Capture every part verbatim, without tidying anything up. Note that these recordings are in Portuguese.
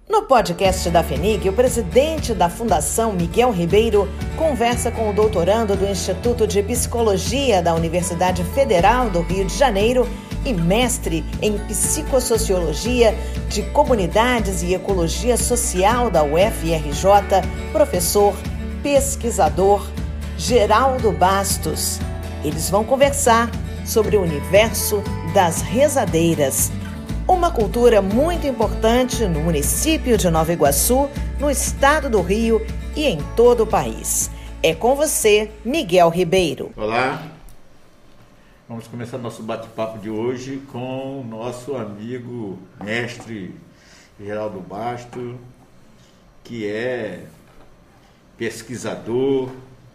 No podcast da FENIG, o presidente da Fundação, Miguel Ribeiro, conversa com o doutorando do Instituto de Psicologia da Universidade Federal do Rio de Janeiro e mestre em Psicossociologia de Comunidades e Ecologia Social da U F R J, professor, pesquisador, Geraldo Bastos. Eles vão conversar sobre o universo das rezadeiras, uma cultura muito importante no município de Nova Iguaçu, no estado do Rio e em todo o país. É com você, Miguel Ribeiro. Olá, vamos começar nosso bate-papo de hoje com o nosso amigo mestre Geraldo Bastos, que é pesquisador,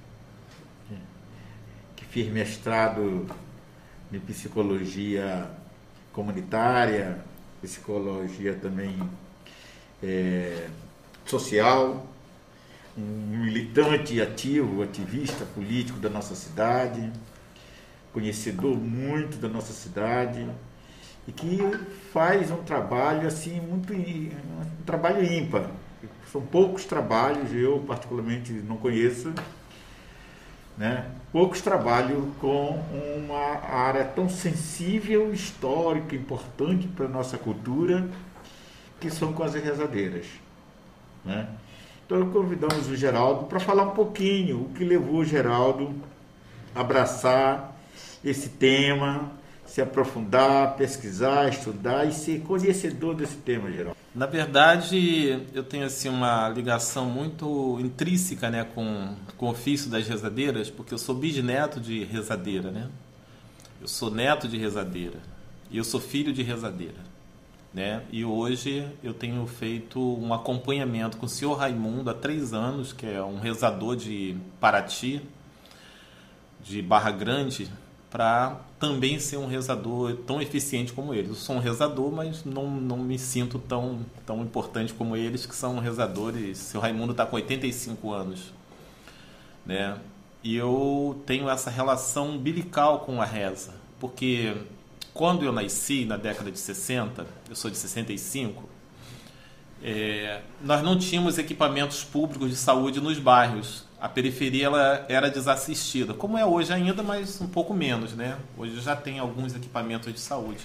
que fez mestrado em psicologia comunitária, psicologia também é, social, um militante ativo, ativista político da nossa cidade, conhecedor muito da nossa cidade e que faz um trabalho assim muito um trabalho ímpar. São poucos trabalhos, eu particularmente não conheço, né? Poucos trabalhos com uma área tão sensível, histórica, importante para a nossa cultura, que são com as rezadeiras, né? Então convidamos o Geraldo para falar um pouquinho o que levou o Geraldo a abraçar esse tema, se aprofundar, pesquisar, estudar e ser conhecedor desse tema, Geraldo. Na verdade, eu tenho assim, uma ligação muito intrínseca, né, com, com o ofício das rezadeiras, porque eu sou bisneto de rezadeira, né? Eu sou neto de rezadeira e eu sou filho de rezadeira, né? E hoje eu tenho feito um acompanhamento com o senhor Raimundo há três anos, que é um rezador de Paraty, de Barra Grande, para também ser um rezador tão eficiente como eles. Eu sou um rezador, mas não, não me sinto tão, tão importante como eles, que são rezadores. Seu Raimundo está com oitenta e cinco anos, né? E eu tenho essa relação umbilical com a reza, porque quando eu nasci, na década de sessenta, eu sou de sessenta e cinco, é, nós não tínhamos equipamentos públicos de saúde nos bairros. A periferia ela era desassistida, como é hoje ainda, mas um pouco menos, né? Hoje já tem alguns equipamentos de saúde.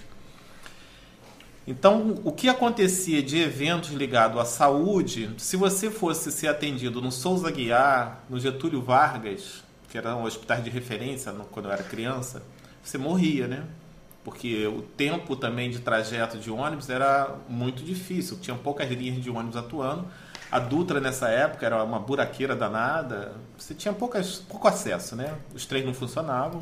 Então, o que acontecia de eventos ligados à saúde, se você fosse ser atendido no Souza Aguiar, no Getúlio Vargas, que eram hospitais de referência quando eu era criança, você morria, né? Porque o tempo também de trajeto de ônibus era muito difícil, tinha poucas linhas de ônibus atuando. A Dutra, nessa época, era uma buraqueira danada. Você tinha poucas, pouco acesso, né? Os trens não funcionavam.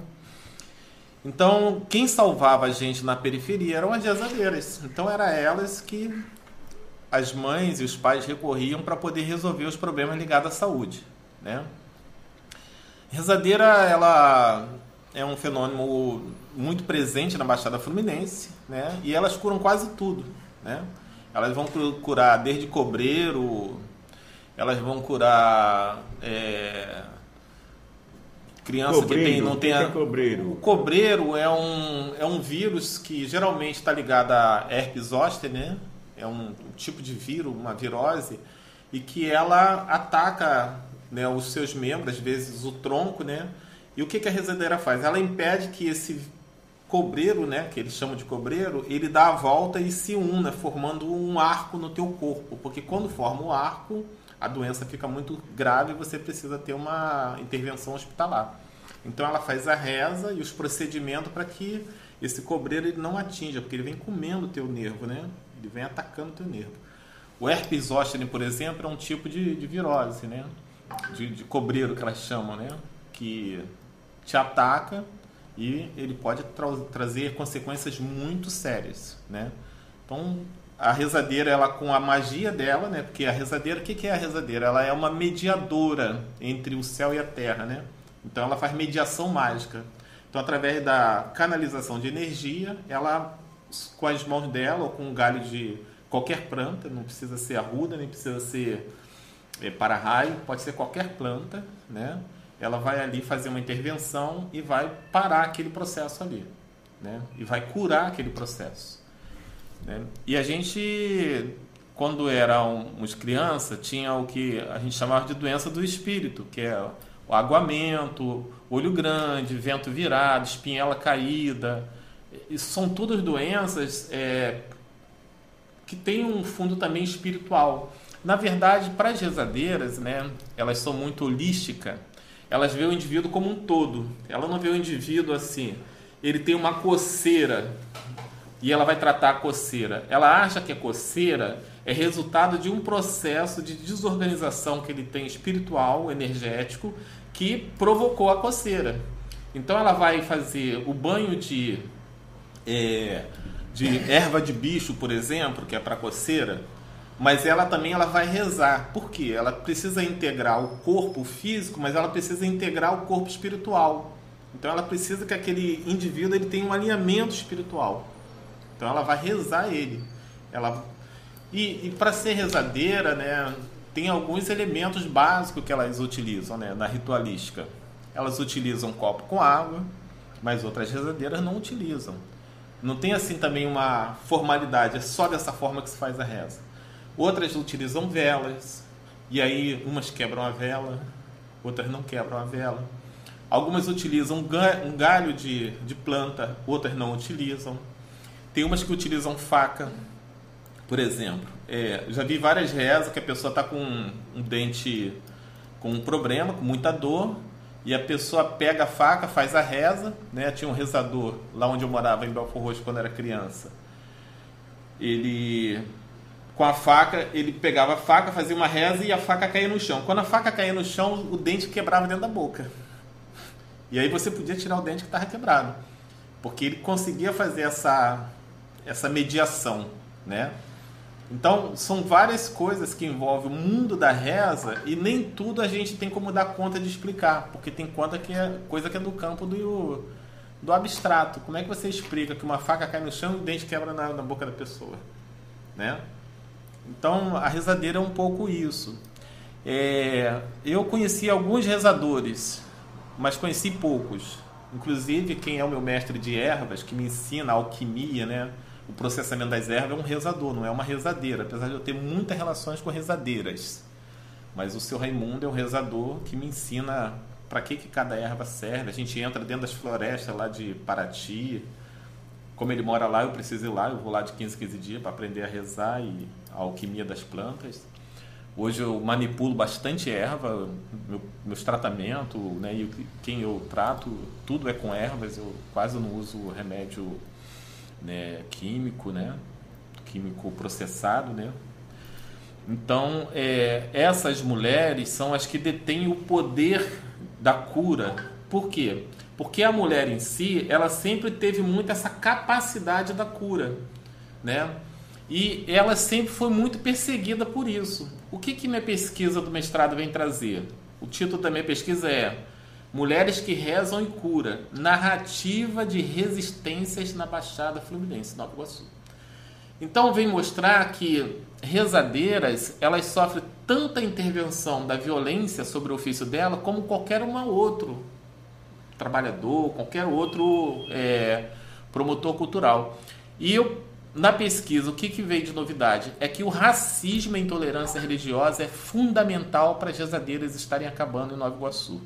Então, quem salvava a gente na periferia eram as rezadeiras. Então, eram elas que as mães e os pais recorriam para poder resolver os problemas ligados à saúde, né? Rezadeira, ela é um fenômeno muito presente na Baixada Fluminense, né? E elas curam quase tudo, né? Elas vão curar desde cobreiro, elas vão curar é, criança cobreiro, que tem, não tem... A... é cobreiro? O cobreiro é um, é um vírus que geralmente está ligado a herpes zoster, né? É um, um tipo de vírus, uma virose, e que ela ataca, né, os seus membros, às vezes o tronco, né? E o que, que a rezadeira faz? Ela impede que esse cobreiro, né, que eles chamam de cobreiro, ele dá a volta e se una, formando um arco no teu corpo, porque quando forma o arco, a doença fica muito grave e você precisa ter uma intervenção hospitalar. Então ela faz a reza e os procedimentos para que esse cobreiro ele não atinja, porque ele vem comendo o teu nervo, né? Ele vem atacando o teu nervo. O herpes zoster, por exemplo, é um tipo de, de virose, né? De, de cobreiro que elas chamam, né? Que te ataca e ele pode tra- trazer consequências muito sérias, né? Então, a rezadeira, ela com a magia dela, né? Porque a rezadeira, o que, que é a rezadeira? Ela é uma mediadora entre o céu e a terra, né? Então, ela faz mediação mágica. Então, através da canalização de energia, ela, com as mãos dela ou com um galho de qualquer planta, não precisa ser arruda, nem precisa ser é, para-raio, pode ser qualquer planta, né? Ela vai ali fazer uma intervenção e vai parar aquele processo ali, né? E vai curar aquele processo, né? E a gente quando éramos crianças, tinha o que a gente chamava de doença do espírito, que é o aguamento, olho grande, vento virado, espinhela caída. Isso são todas doenças é, que têm um fundo também espiritual. Na verdade, para as rezadeiras, né, elas são muito holísticas, elas veem o indivíduo como um todo. Ela não vê o indivíduo assim, ele tem uma coceira e ela vai tratar a coceira. Ela acha que a coceira é resultado de um processo de desorganização que ele tem espiritual, energético, que provocou a coceira. Então ela vai fazer o banho de, é, de erva de bicho, por exemplo, que é para coceira, mas ela também ela vai rezar. Por quê? Ela precisa integrar o corpo físico, mas ela precisa integrar o corpo espiritual. Então ela precisa que aquele indivíduo ele tenha um alinhamento espiritual. Então ela vai rezar ele. Ela... E, e para ser rezadeira, né, tem alguns elementos básicos que elas utilizam, né, na ritualística. Elas utilizam um copo com água, mas outras rezadeiras não utilizam. Não tem assim também uma formalidade, é só dessa forma que se faz a reza. Outras utilizam velas, e aí umas quebram a vela, outras não quebram a vela. Algumas utilizam um galho de, de planta, outras não utilizam. Tem umas que utilizam faca, por exemplo. É, já vi várias rezas que a pessoa está com um, um dente com um problema, com muita dor, e a pessoa pega a faca, faz a reza, né? Tinha um rezador lá onde eu morava, em Belfort Roxo, quando era criança. Ele, com a faca, ele pegava a faca, fazia uma reza e a faca caía no chão. Quando a faca caía no chão, o dente quebrava dentro da boca. E aí você podia tirar o dente que estava quebrado, porque ele conseguia fazer essa, essa mediação, né? Então, são várias coisas que envolvem o mundo da reza e nem tudo a gente tem como dar conta de explicar, porque tem conta que é coisa que é do campo do, do abstrato. Como é que você explica que uma faca cai no chão e o dente quebra na, na boca da pessoa, né? Então, a rezadeira é um pouco isso. É, eu conheci alguns rezadores, mas conheci poucos. Inclusive, quem é o meu mestre de ervas, que me ensina a alquimia, né? O processamento das ervas, é um rezador, não é uma rezadeira, apesar de eu ter muitas relações com rezadeiras. Mas o seu Raimundo é um rezador que me ensina para que, que cada erva serve. A gente entra dentro das florestas lá de Paraty. Como ele mora lá, eu preciso ir lá, eu vou lá de quinze em quinze dias para aprender a rezar e a alquimia das plantas. Hoje eu manipulo bastante erva, meu, meus tratamentos, né, e quem eu trato, tudo é com ervas, eu quase não uso remédio, né, químico, né, químico processado, né. Então, é, essas mulheres são as que detêm o poder da cura. Por quê? Porque a mulher em si, ela sempre teve muito essa capacidade da cura, né? E ela sempre foi muito perseguida por isso. O que que minha pesquisa do mestrado vem trazer? O título da minha pesquisa é Mulheres que rezam e cura, narrativa de resistências na Baixada Fluminense, Nova Iguaçu. Então vem mostrar que rezadeiras, elas sofrem tanta intervenção da violência sobre o ofício dela como qualquer um outro trabalhador, qualquer outro é, promotor cultural. E eu, na pesquisa, o que, que veio de novidade? É que o racismo e a intolerância religiosa é fundamental para as rezadeiras estarem acabando em Nova Iguaçu.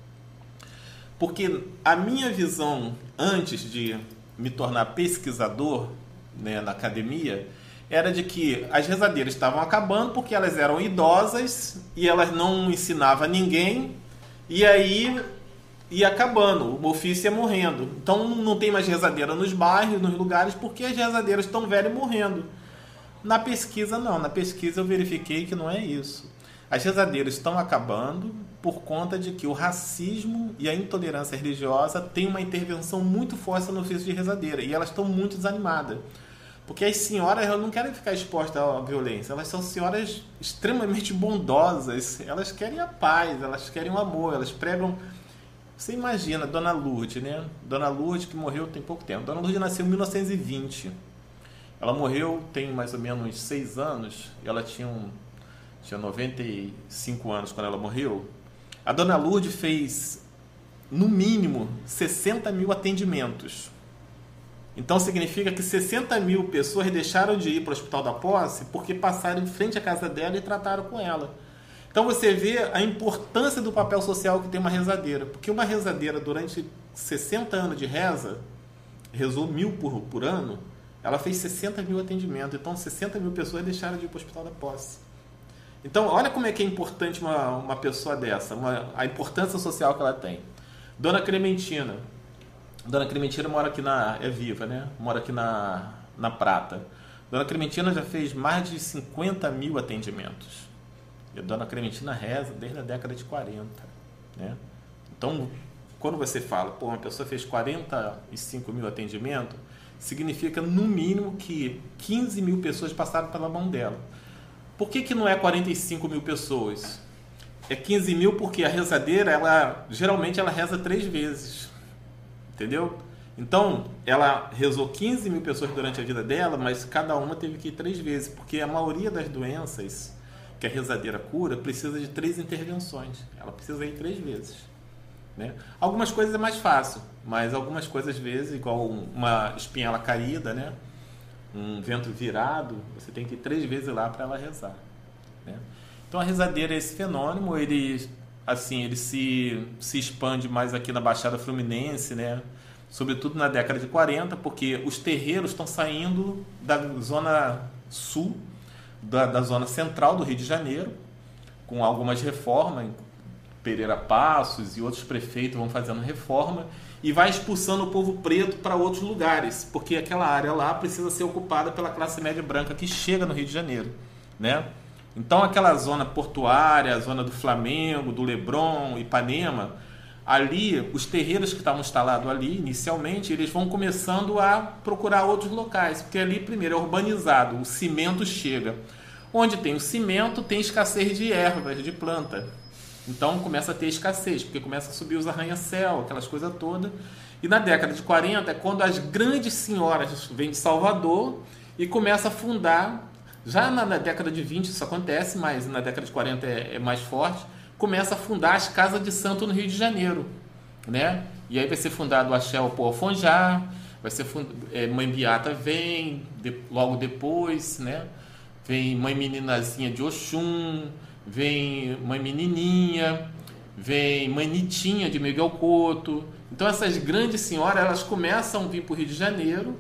Porque a minha visão, antes de me tornar pesquisador, né, na academia, era de que as rezadeiras estavam acabando porque elas eram idosas e elas não ensinavam a ninguém, e aí ia acabando, o ofício ia morrendo. Então não tem mais rezadeira nos bairros, nos lugares, porque as rezadeiras estão velhas e morrendo. Na pesquisa não, na pesquisa eu verifiquei que não é isso. As rezadeiras estão acabando por conta de que o racismo e a intolerância religiosa têm uma intervenção muito forte no ofício de rezadeira, e elas estão muito desanimadas. Porque as senhoras elas não querem ficar expostas à violência, elas são senhoras extremamente bondosas, elas querem a paz, elas querem o amor, elas pregam... Você imagina, Dona Lourdes, né? Dona Lourdes, que morreu tem pouco tempo. Dona Lourdes nasceu em mil novecentos e vinte. Ela morreu tem mais ou menos uns seis anos, e ela tinha, um, tinha noventa e cinco anos quando ela morreu. A Dona Lourdes fez, no mínimo, sessenta mil atendimentos. Então significa que sessenta mil pessoas deixaram de ir para o Hospital da Posse porque passaram em frente à casa dela e trataram com ela. Então você vê a importância do papel social que tem uma rezadeira. Porque uma rezadeira, durante sessenta anos de reza, rezou mil por, por ano, ela fez sessenta mil atendimentos. Então sessenta mil pessoas deixaram de ir para o Hospital da Posse. Então olha como é que é importante uma, uma pessoa dessa, uma, a importância social que ela tem. Dona Clementina. Dona Clementina mora aqui na... é viva, né? Mora aqui na, na Prata. Dona Clementina já fez mais de cinquenta mil atendimentos. E a Dona Clementina reza desde a década de quarenta, né? Então, quando você fala, pô, uma pessoa fez quarenta e cinco mil atendimentos, significa no mínimo que quinze mil pessoas passaram pela mão dela. Por que que não é quarenta e cinco mil pessoas? É quinze mil porque a rezadeira, ela, geralmente ela reza três vezes. Entendeu? Então, ela rezou quinze mil pessoas durante a vida dela, mas cada uma teve que ir três vezes, porque a maioria das doenças que a rezadeira cura precisa de três intervenções. Ela precisa ir três vezes, né? Algumas coisas é mais fácil, mas algumas coisas, às vezes, igual uma espinhela caída, né? Um vento virado, você tem que ir três vezes lá para ela rezar, né? Então, a rezadeira é esse fenômeno, ele... assim, ele se, se expande mais aqui na Baixada Fluminense, né? Sobretudo na década de quarenta, porque os terreiros estão saindo da zona sul, da, da zona central do Rio de Janeiro, com algumas reformas. Pereira Passos e outros prefeitos vão fazendo reforma e vai expulsando o povo preto para outros lugares, porque aquela área lá precisa ser ocupada pela classe média branca que chega no Rio de Janeiro, né? Então aquela zona portuária, a zona do Flamengo, do Leblon, Ipanema, ali os terreiros que estavam instalados ali inicialmente, eles vão começando a procurar outros locais, porque ali primeiro é urbanizado, o cimento chega. Onde tem o cimento tem escassez de ervas, de planta. Então começa a ter escassez, porque começa a subir os arranha-céu, aquelas coisas todas. E na década de quarenta é quando as grandes senhoras vêm de Salvador e começam a fundar. Já na década de vinte isso acontece, mas na década de quarenta é, é mais forte. Começa a fundar as casas de santo no Rio de Janeiro, né? E aí vai ser fundado o Axé Oponjá, vai ser fund... é, Mãe Beata vem de... logo depois, né? Vem Mãe Meninazinha de Oxum, vem Mãe Menininha, vem Mãe Nitinha de Miguel Couto. Então essas grandes senhoras, elas começam a vir para o Rio de Janeiro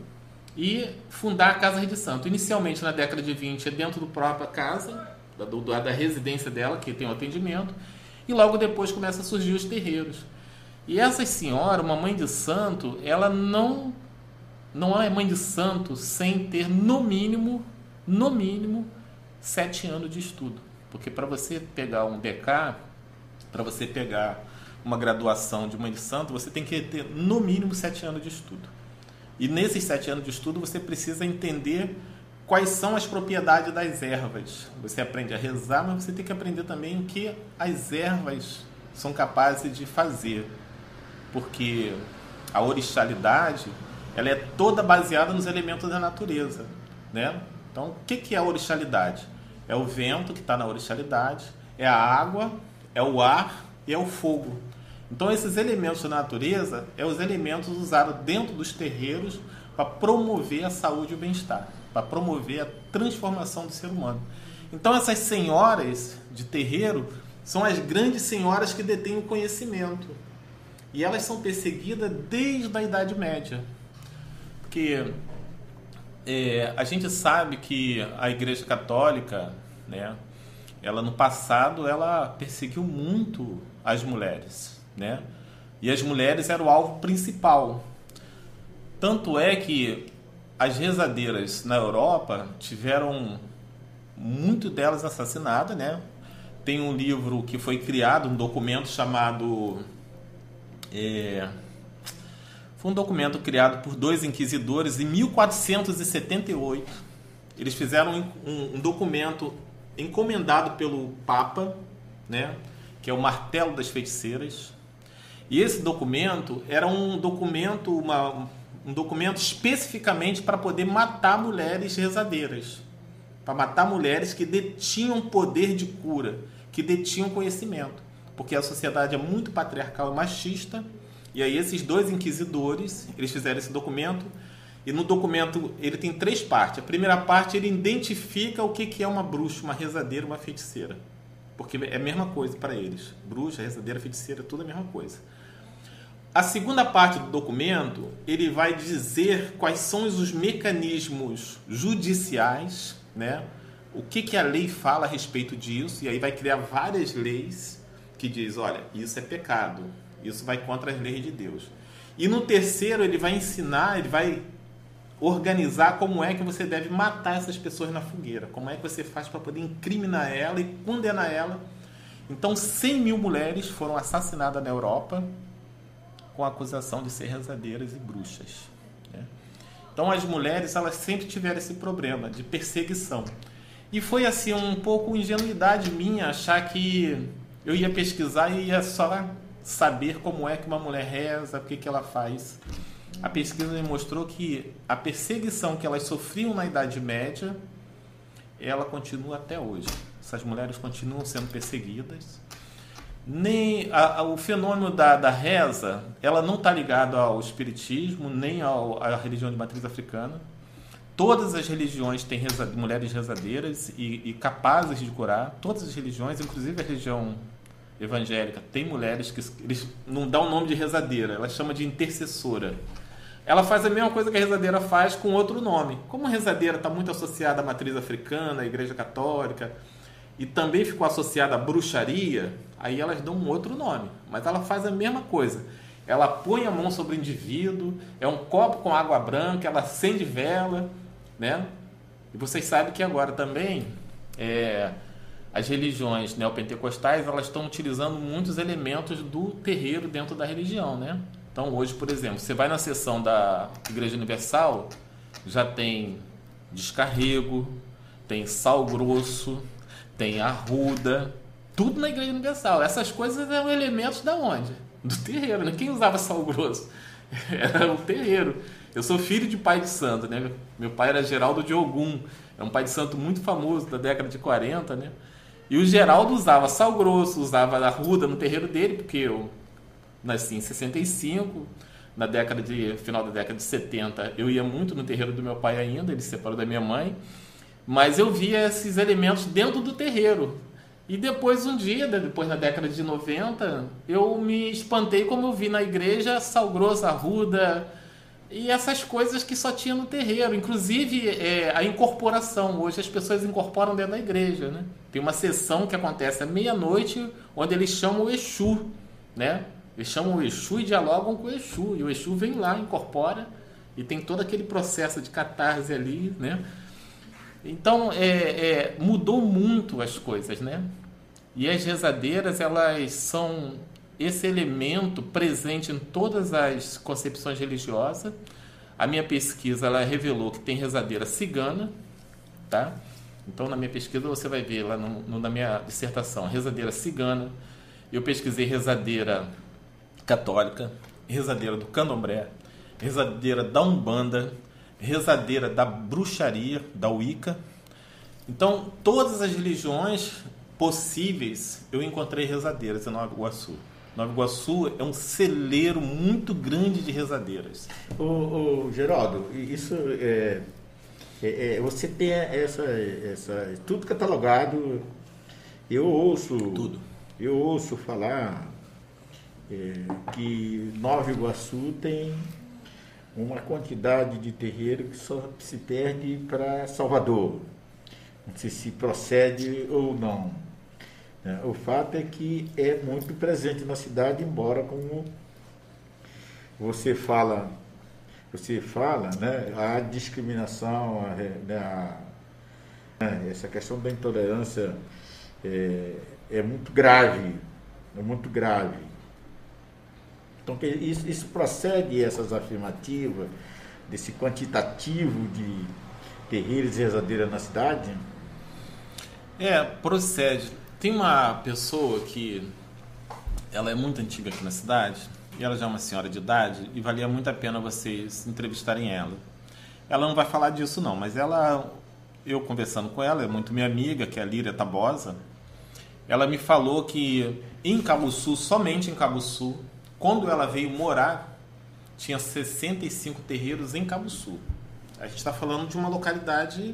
e fundar a Casa de Santo. Inicialmente na década de vinte é dentro do própria casa, da, do, da residência dela, que tem o atendimento, e logo depois começa a surgir os terreiros. E essas senhoras, uma mãe de santo, ela não, não é mãe de santo sem ter no mínimo, no mínimo, sete anos de estudo. Porque para você pegar um D K, para você pegar uma graduação de mãe de santo, você tem que ter no mínimo sete anos de estudo. E nesses sete anos de estudo você precisa entender quais são as propriedades das ervas. Você aprende a rezar, mas você tem que aprender também o que as ervas são capazes de fazer. Porque a orixalidade, ela é toda baseada nos elementos da natureza, né? Então, o que é a orixalidade? É o vento que está na orixalidade, é a água, é o ar e é o fogo. Então, esses elementos da natureza é os elementos usados dentro dos terreiros para promover a saúde e o bem-estar, para promover a transformação do ser humano. Então, essas senhoras de terreiro são as grandes senhoras que detêm o conhecimento. E elas são perseguidas desde a Idade Média. Porque é, a gente sabe que a Igreja Católica, né, ela no passado ela perseguiu muito as mulheres, né? E as mulheres eram o alvo principal. Tanto é que as rezadeiras na Europa tiveram muito delas assassinadas, né? Tem um livro que foi criado, um documento chamado... É, foi um documento criado por dois inquisidores em mil quatrocentos e setenta e oito. Eles fizeram um, um documento encomendado pelo Papa, né, que é o Martelo das Feiticeiras. E esse documento era um documento, uma, um documento especificamente para poder matar mulheres rezadeiras, para matar mulheres que detinham poder de cura, que detinham conhecimento, porque a sociedade é muito patriarcal e machista. E aí esses dois inquisidores, eles fizeram esse documento E no documento ele tem três partes. A primeira parte ele identifica o que, que é uma bruxa, uma rezadeira, uma feiticeira. Porque é a mesma coisa para eles. Bruxa, rezadeira, feiticeira, tudo é a mesma coisa. A segunda parte do documento, ele vai dizer quais são os mecanismos judiciais, né? O que, que a lei fala a respeito disso, e aí vai criar várias leis que diz, olha, isso é pecado, isso vai contra as leis de Deus. E no terceiro ele vai ensinar, ele vai organizar como é que você deve matar essas pessoas na fogueira, como é que você faz para poder incriminar ela e condenar ela. Então cem mil mulheres foram assassinadas na Europa com a acusação de ser rezadeiras e bruxas, né? Então as mulheres, elas sempre tiveram esse problema de perseguição. E foi assim um pouco ingenuidade minha achar que eu ia pesquisar e ia só saber como é que uma mulher reza, o que, que ela faz. A pesquisa me mostrou que a perseguição que elas sofriam na Idade Média, ela continua até hoje. Essas mulheres continuam sendo perseguidas. Nem a, a, o fenômeno da, da reza, ela não está ligado ao espiritismo, nem ao, à religião de matriz africana. Todas as religiões têm reza, mulheres rezadeiras e, e capazes de curar. Todas as religiões, inclusive a religião evangélica, tem mulheres que eles não dão o nome de rezadeira, ela chama de intercessora. Ela faz a mesma coisa que a rezadeira faz com outro nome. Como a rezadeira está muito associada à matriz africana, à Igreja Católica, e também ficou associada à bruxaria, aí elas dão um outro nome. Mas ela faz a mesma coisa. Ela põe a mão sobre o indivíduo, é um copo com água branca, ela acende vela, né? E vocês sabem que agora também é, as religiões neopentecostais, elas estão utilizando muitos elementos do terreiro dentro da religião, né? Então hoje, por exemplo, você vai na seção da Igreja Universal, já tem descarrego, tem sal grosso, tem arruda, tudo na Igreja Universal. Essas coisas eram elementos da onde? Do terreiro, né? Quem usava sal grosso? Era o terreiro. Eu sou filho de pai de santo, né? Meu pai era Geraldo de Ogum, é um pai de santo muito famoso da década de quarenta, né? E o Geraldo usava sal grosso, usava arruda no terreiro dele, porque eu nasci em sessenta e cinco, na década de final da década de setenta, eu ia muito no terreiro do meu pai ainda, ele se separou da minha mãe, mas eu via esses elementos dentro do terreiro. E depois, um dia, depois na década de noventa, eu me espantei como eu vi na igreja sal grosso, arruda e essas coisas que só tinha no terreiro. Inclusive, é, a incorporação. Hoje as pessoas incorporam dentro da igreja, né? Tem uma sessão que acontece à meia-noite, onde eles chamam o Exu, né? Eles chamam o Exu e dialogam com o Exu. E o Exu vem lá, incorpora, e tem todo aquele processo de catarse ali, né? Então, é, é, mudou muito as coisas, né? E as rezadeiras, elas são esse elemento presente em todas as concepções religiosas. A minha pesquisa, ela revelou que tem rezadeira cigana, tá? Então, na minha pesquisa, você vai ver lá no, no, na minha dissertação, rezadeira cigana. Eu pesquisei rezadeira católica, rezadeira do candomblé, rezadeira da Umbanda, rezadeira da bruxaria, da Wicca. Então, todas as religiões possíveis, eu encontrei rezadeiras em Nova Iguaçu. Nova Iguaçu é um celeiro muito grande de rezadeiras. Ô, ô Geraldo, isso é, é, é, você tem essa, essa tudo catalogado. Eu ouço tudo. Eu ouço falar é, que Nova Iguaçu tem uma quantidade de terreiro que só se perde para Salvador. Não sei se procede ou não. O fato é que é muito presente na cidade, embora, como você fala, você fala, né, a discriminação, a, né, a, essa questão da intolerância é, é muito grave, é muito grave. Então, isso, isso procede, essas afirmativas, desse quantitativo de terreiros e rezadeiras na cidade? É, procede. Tem uma pessoa que ela é muito antiga aqui na cidade, e ela já é uma senhora de idade, e valia muito a pena vocês entrevistarem ela. Ela não vai falar disso não, mas ela, eu conversando com ela, é muito minha amiga, que é a Líria Tabosa, ela me falou que em Cabuçu, somente em Cabuçu, quando ela veio morar, tinha sessenta e cinco terreiros em Cabo Sul. A gente está falando de uma localidade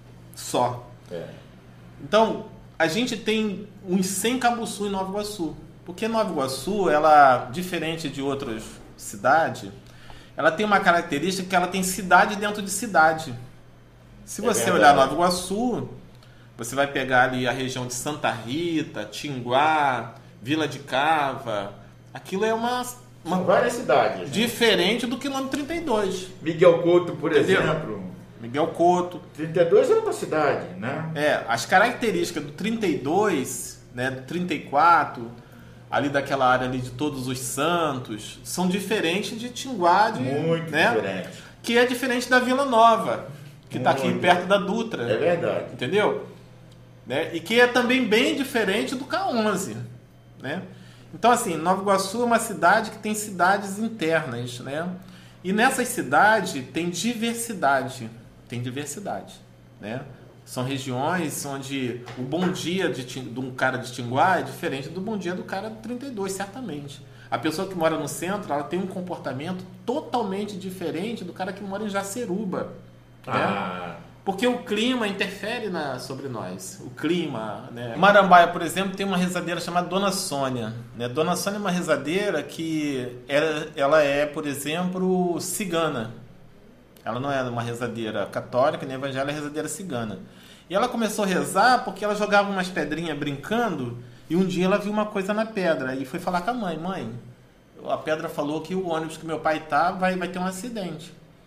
só. É. Então, a gente tem uns cem Cabo Sul em Nova Iguaçu. Porque Nova Iguaçu, ela, diferente de outras cidades, ela tem uma característica que ela tem cidade dentro de cidade. Se É você verdade. olhar Nova Iguaçu, você vai pegar ali a região de Santa Rita, Tinguá, Vila de Cava. Aquilo é uma, uma São várias cidades. Né? diferente do quilômetro trinta e dois. Miguel Couto, por Entendeu? exemplo. Miguel Couto. trinta e dois é outra cidade, né? É, as características do trinta e dois, né, do trinta e quatro, ali daquela área ali de Todos os Santos, são diferentes de Tinguá, de, Muito né? diferente. Que é diferente da Vila Nova, que está aqui Muito. perto da Dutra. É verdade. Entendeu? Né? E que é também bem diferente do K onze, né? Então, assim, Nova Iguaçu é uma cidade que tem cidades internas, né? E nessas cidades tem diversidade, tem diversidade, né? São regiões onde o bom dia de, de um cara de Tinguá é diferente do bom dia do cara de trinta e dois, certamente. A pessoa que mora no centro, ela tem um comportamento totalmente diferente do cara que mora em Jaceruba, né? Ah, Porque o clima interfere na, sobre nós. O clima, né? Marambaia, por exemplo, tem uma rezadeira chamada Dona Sônia, né? Dona Sônia é uma rezadeira que ela, ela é, por exemplo, cigana. Ela não é uma rezadeira católica nem evangélica, é rezadeira cigana. E ela começou a rezar porque ela jogava umas pedrinhas brincando e um dia ela viu uma coisa na pedra e foi falar com a mãe: mãe, a pedra falou que o ônibus que meu pai tá vai, vai ter um acidente.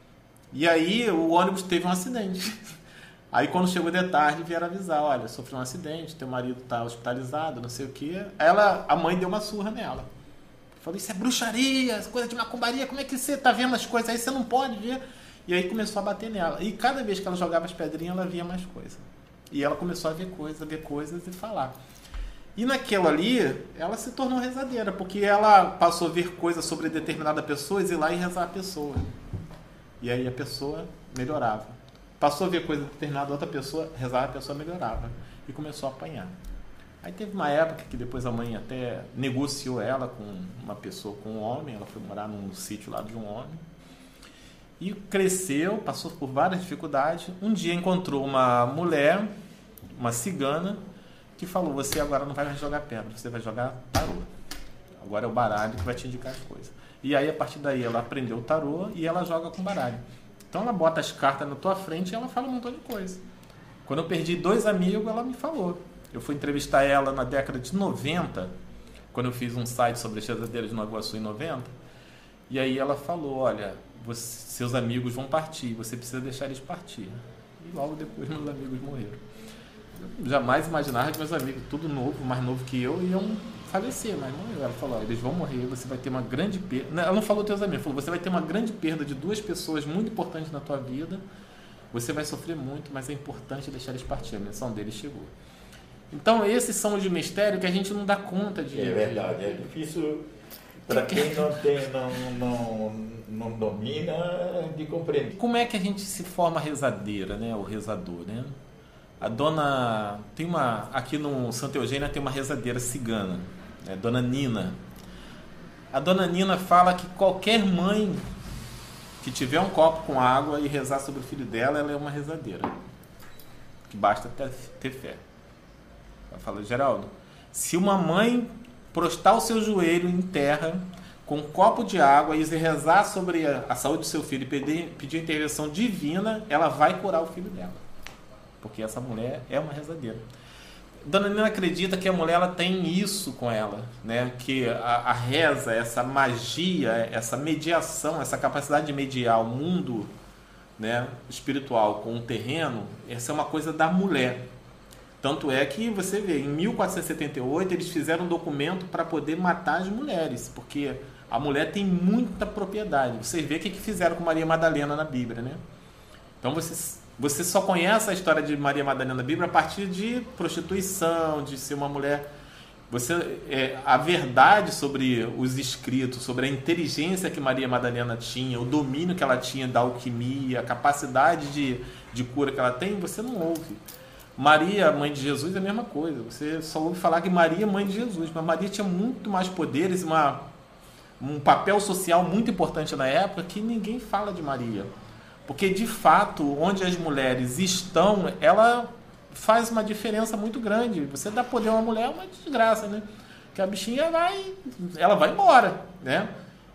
E aí o ônibus teve um acidente. Aí quando chegou de tarde vieram avisar: olha, sofreu um acidente, teu marido está hospitalizado, não sei o que. Ela, a mãe deu uma surra nela. Falou: isso é bruxaria, coisa de macumbaria, como é que você tá vendo as coisas aí, você não pode ver. E aí começou a bater nela. E cada vez que ela jogava as pedrinhas, ela via mais coisa. E ela começou a ver coisas, ver coisas e falar. E naquilo ali, ela se tornou rezadeira, porque ela passou a ver coisas sobre determinada pessoa e ir lá e rezar a pessoa. E aí a pessoa melhorava. Passou a ver coisa de determinada outra pessoa, rezava, a pessoa melhorava. E começou a apanhar. Aí teve uma época que depois a mãe até negociou ela com uma pessoa, com um homem. Ela foi morar num sítio lá de um homem. E cresceu, passou por várias dificuldades. Um dia encontrou uma mulher, uma cigana, que falou: você agora não vai mais jogar pedra, você vai jogar tarô. Agora é o baralho que vai te indicar as coisas. E aí, a partir daí, ela aprendeu o tarô e ela joga com baralho. Então, ela bota as cartas na tua frente e ela fala um montão de coisa. Quando eu perdi dois amigos, ela me falou. Eu fui entrevistar ela na década de noventa, quando eu fiz um site sobre as rezadeiras de Nova Iguaçu em noventa. E aí ela falou: olha, você, seus amigos vão partir, você precisa deixar eles partir. E logo depois, meus amigos morreram. Eu jamais imaginava que meus amigos, tudo novo, mais novo que eu, iam falecer, mas não. Ela falou: eles vão morrer, você vai ter uma grande perda. Ela não falou teus amigos, falou: você vai ter uma grande perda de duas pessoas muito importantes na tua vida, você vai sofrer muito, mas é importante deixar eles partir, a missão deles chegou. Então esses são os mistérios que a gente não dá conta de... é verdade, é difícil para quem não tem, não, não, não domina, de compreender. Como é que a gente se forma rezadeira, né? O rezador, né? A dona... Tem uma... Aqui no Santa Eugênia tem uma rezadeira cigana, né? Dona Nina. A Dona Nina fala que qualquer mãe que tiver um copo com água e rezar sobre o filho dela, ela é uma rezadeira. Que basta ter, ter fé. Ela fala: Geraldo, se uma mãe prostrar o seu joelho em terra com um copo de água e rezar sobre a, a saúde do seu filho e pedir, pedir intervenção divina, ela vai curar o filho dela. Porque essa mulher é uma rezadeira. Dona Nina acredita que a mulher ela tem isso com ela, né? Que a, a reza, essa magia, essa mediação, essa capacidade de mediar o mundo, né, espiritual com o terreno, essa é uma coisa da mulher. Tanto é que você vê, em mil quatrocentos e setenta e oito eles fizeram um documento para poder matar as mulheres, porque a mulher tem muita propriedade. Você vê o que fizeram com Maria Madalena na Bíblia, né? Então você, você só conhece a história de Maria Madalena na Bíblia a partir de prostituição, de ser uma mulher... Você, é, a verdade sobre os escritos, sobre a inteligência que Maria Madalena tinha, o domínio que ela tinha da alquimia, a capacidade de, de cura que ela tem, você não ouve. Maria, mãe de Jesus, é a mesma coisa. Você só ouve falar que Maria é mãe de Jesus, mas Maria tinha muito mais poderes, uma, um papel social muito importante na época que ninguém fala de Maria. Porque, de fato, onde as mulheres estão, ela faz uma diferença muito grande. Você dá poder a uma mulher é uma desgraça, né? Que a bichinha vai, ela vai embora, né?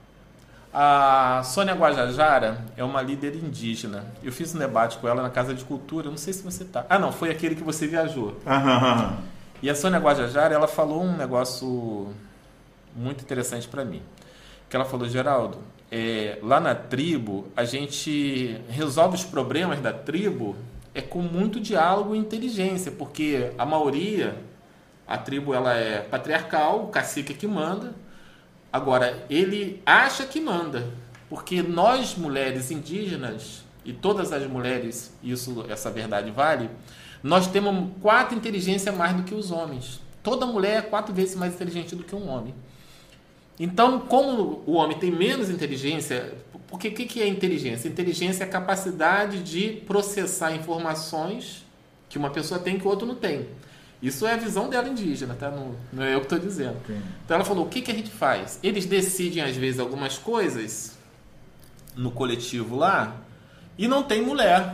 A Sônia Guajajara é uma líder indígena. Eu fiz um debate com ela na Casa de Cultura, não sei se você tá. Ah, não, foi aquele que você viajou. Aham. E a Sônia Guajajara, ela falou um negócio muito interessante para mim. Que ela falou, Geraldo, é, lá na tribo, a gente resolve os problemas da tribo é com muito diálogo e inteligência, porque a maioria, a tribo ela é patriarcal, o cacique é que manda. Agora, ele acha que manda, porque nós, mulheres indígenas, e todas as mulheres, isso, essa verdade vale, nós temos quatro inteligências mais do que os homens. Toda mulher é quatro vezes mais inteligente do que um homem. Então, como o homem tem menos inteligência, porque o que, que é inteligência? Inteligência é a capacidade de processar informações que uma pessoa tem que o outro não tem. Isso é a visão dela indígena, tá? Não, não é eu que estou dizendo. Sim. Então ela falou, o que, que a gente faz? Eles decidem, às vezes, algumas coisas no coletivo lá e não tem mulher.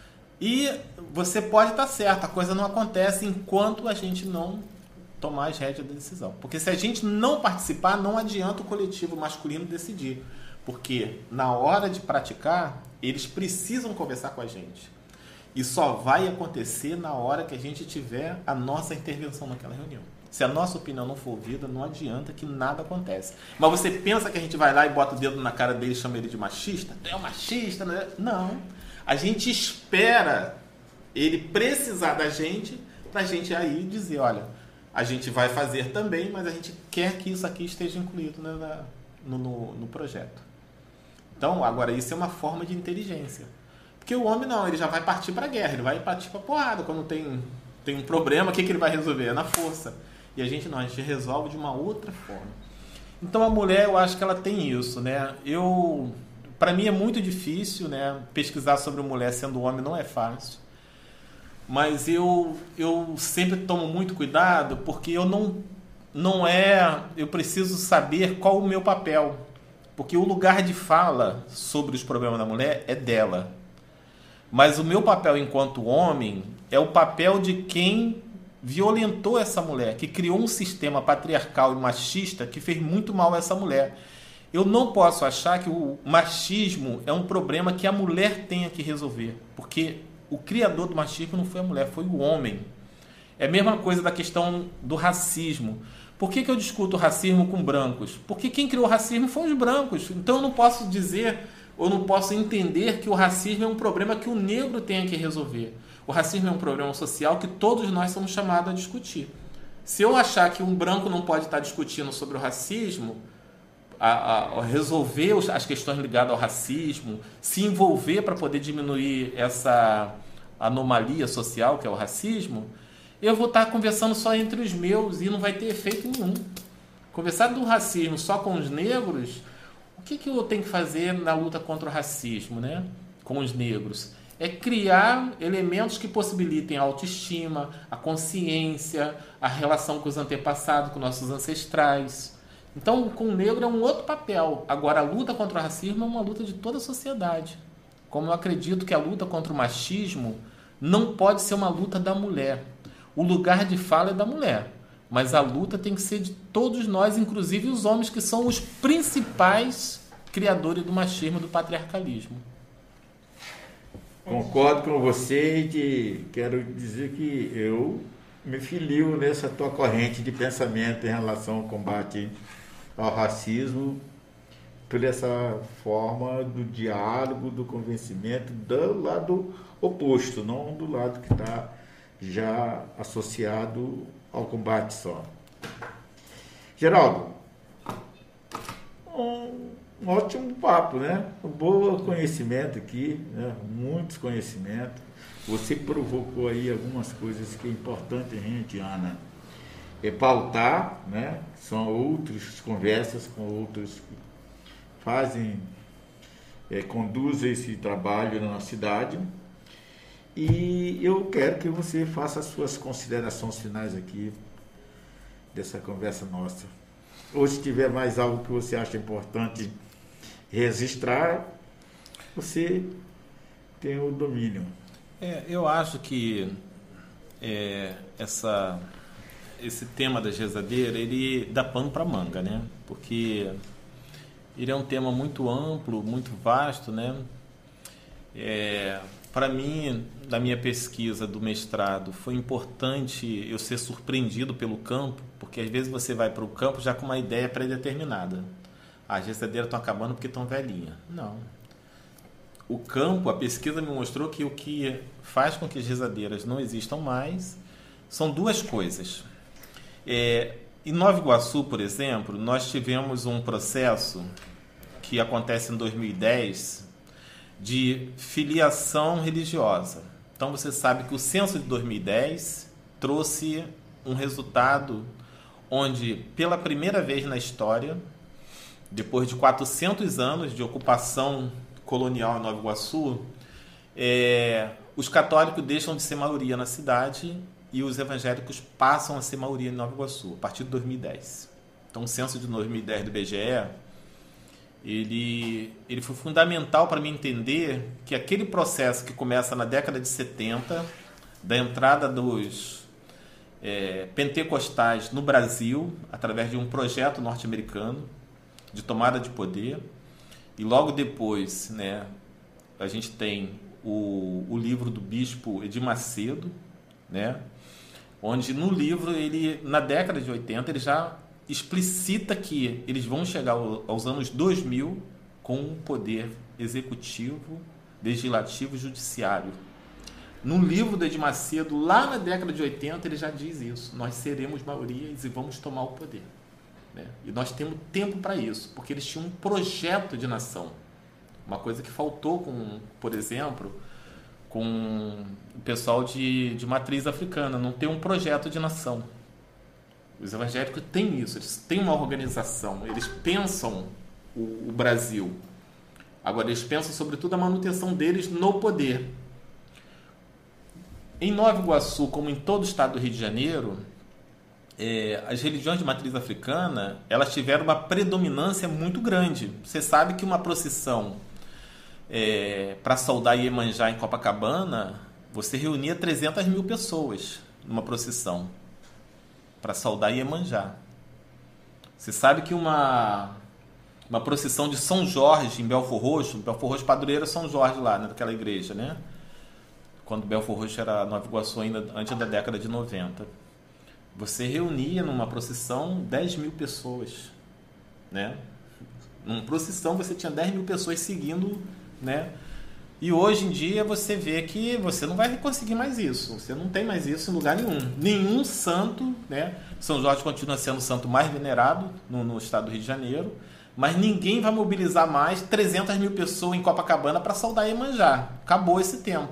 E você pode estar certo, a coisa não acontece enquanto a gente não tomar as rédeas da decisão. Porque se a gente não participar, não adianta o coletivo masculino decidir. Porque na hora de praticar, eles precisam conversar com a gente. E só vai acontecer na hora que a gente tiver a nossa intervenção naquela reunião. Se a nossa opinião não for ouvida, não adianta que nada acontece. Mas você pensa que a gente vai lá e bota o dedo na cara dele e chama ele de machista? É um machista, né? Não. A gente espera ele precisar da gente para a gente aí dizer, olha, a gente vai fazer também, mas a gente quer que isso aqui esteja incluído na, no, no, no projeto. Então, agora, isso é uma forma de inteligência. Porque o homem não, ele já vai partir para a guerra, ele vai partir para a porrada. Quando tem, tem um problema, o que, que ele vai resolver? É na força. E a gente não, a gente resolve de uma outra forma. Então a mulher, eu acho que ela tem isso, né? Eu, para mim é muito difícil, né? Pesquisar sobre mulher sendo homem não é fácil. Mas eu, eu sempre tomo muito cuidado porque eu não, não é... Eu preciso saber qual o meu papel. Porque o lugar de fala sobre os problemas da mulher é dela. Mas o meu papel enquanto homem é o papel de quem violentou essa mulher, que criou um sistema patriarcal e machista que fez muito mal a essa mulher. Eu não posso achar que o machismo é um problema que a mulher tenha que resolver, porque o criador do machismo não foi a mulher, foi o homem. É a mesma coisa da questão do racismo. Por que, que eu discuto racismo com brancos? Porque quem criou o racismo foram os brancos. Então eu não posso dizer... Eu não posso entender que o racismo é um problema que o negro tenha que resolver. O racismo é um problema social que todos nós somos chamados a discutir. Se eu achar que um branco não pode estar discutindo sobre o racismo, a, a, a resolver as questões ligadas ao racismo, se envolver para poder diminuir essa anomalia social que é o racismo, eu vou estar conversando só entre os meus e não vai ter efeito nenhum. Conversar do racismo só com os negros... O que, que eu tenho que fazer na luta contra o racismo, né? Com os negros? É criar elementos que possibilitem a autoestima, a consciência, a relação com os antepassados, com nossos ancestrais. Então, com o negro é um outro papel. Agora, a luta contra o racismo é uma luta de toda a sociedade. Como eu acredito que a luta contra o machismo não pode ser uma luta da mulher. O lugar de fala é da mulher. Mas a luta tem que ser de todos nós, inclusive os homens, que são os principais criadores do machismo e do patriarcalismo. Concordo com você e quero dizer que eu me filio nessa tua corrente de pensamento em relação ao combate ao racismo, por essa forma do diálogo, do convencimento, do lado oposto, não do lado que está já associado ao combate só. Geraldo, um, um ótimo papo, né? Um bom conhecimento aqui, né? Muitos conhecimentos. Você provocou aí algumas coisas que é importante a gente, Ana, é pautar, né? São outras conversas com outros que fazem, é, conduzem esse trabalho na cidade. E eu quero que você faça as suas considerações finais aqui dessa conversa nossa. ou se tiver mais algo que você acha importante registrar, você tem o domínio. É, eu acho que é, essa, esse tema da rezadeira, ele dá pano para manga, né? Porque ele é um tema muito amplo, muito vasto, né? É, para mim, na minha pesquisa do mestrado, foi importante eu ser surpreendido pelo campo, porque às vezes você vai para o campo já com uma ideia pré-determinada. As rezadeiras estão acabando porque estão velhinhas. Não. O campo, a pesquisa me mostrou que o que faz com que as rezadeiras não existam mais são duas coisas. É, em Nova Iguaçu, por exemplo, nós tivemos um processo que acontece em dois mil e dez de filiação religiosa. Então você sabe que o censo de dois mil e dez trouxe um resultado onde, pela primeira vez na história, depois de quatrocentos anos de ocupação colonial em Nova Iguaçu, é, os católicos deixam de ser maioria na cidade e os evangélicos passam a ser maioria em Nova Iguaçu, a partir de dois mil e dez. Então o censo de dois mil e dez do I B G E, ele, ele foi fundamental para me entender que aquele processo que começa na década de setenta, da entrada dos é, pentecostais no Brasil, através de um projeto norte-americano de tomada de poder, e logo depois, né, a gente tem o, o livro do bispo Edir Macedo, né, onde no livro, ele, na década de oitenta, ele já explicita que eles vão chegar aos anos dois mil com um poder executivo, legislativo e judiciário. No livro do Edir Macedo, lá na década de oitenta, ele já diz isso. Nós seremos maiorias e vamos tomar o poder. Né? E nós temos tempo para isso, porque eles tinham um projeto de nação. Uma coisa que faltou, com, por exemplo, com o pessoal de, de matriz africana, não tem um projeto de nação. Os evangélicos têm isso, eles têm uma organização, eles pensam o, o Brasil. Agora, eles pensam sobretudo a manutenção deles no poder. Em Nova Iguaçu, como em todo o estado do Rio de Janeiro, é, as religiões de matriz africana, elas tiveram uma predominância muito grande. Você sabe que uma procissão é, para saudar Iemanjá em Copacabana, você reunia trezentas mil pessoas numa procissão para saudar Iemanjá. Você sabe que uma, uma procissão de São Jorge em Belfor Roxo, Belfor Roxo padroeiro é São Jorge lá, né, naquela igreja, né? Quando Belfor Roxo era Nova Iguaçu ainda antes da década de noventa. Você reunia numa procissão dez mil pessoas, né? Numa procissão você tinha dez mil pessoas seguindo, né? E hoje em dia você vê que você não vai conseguir mais isso. Você não tem mais isso em lugar nenhum. Nenhum santo, né? São Jorge continua sendo o santo mais venerado no, no estado do Rio de Janeiro, mas ninguém vai mobilizar mais trezentas mil pessoas em Copacabana para saudar Iemanjá. Acabou esse tempo.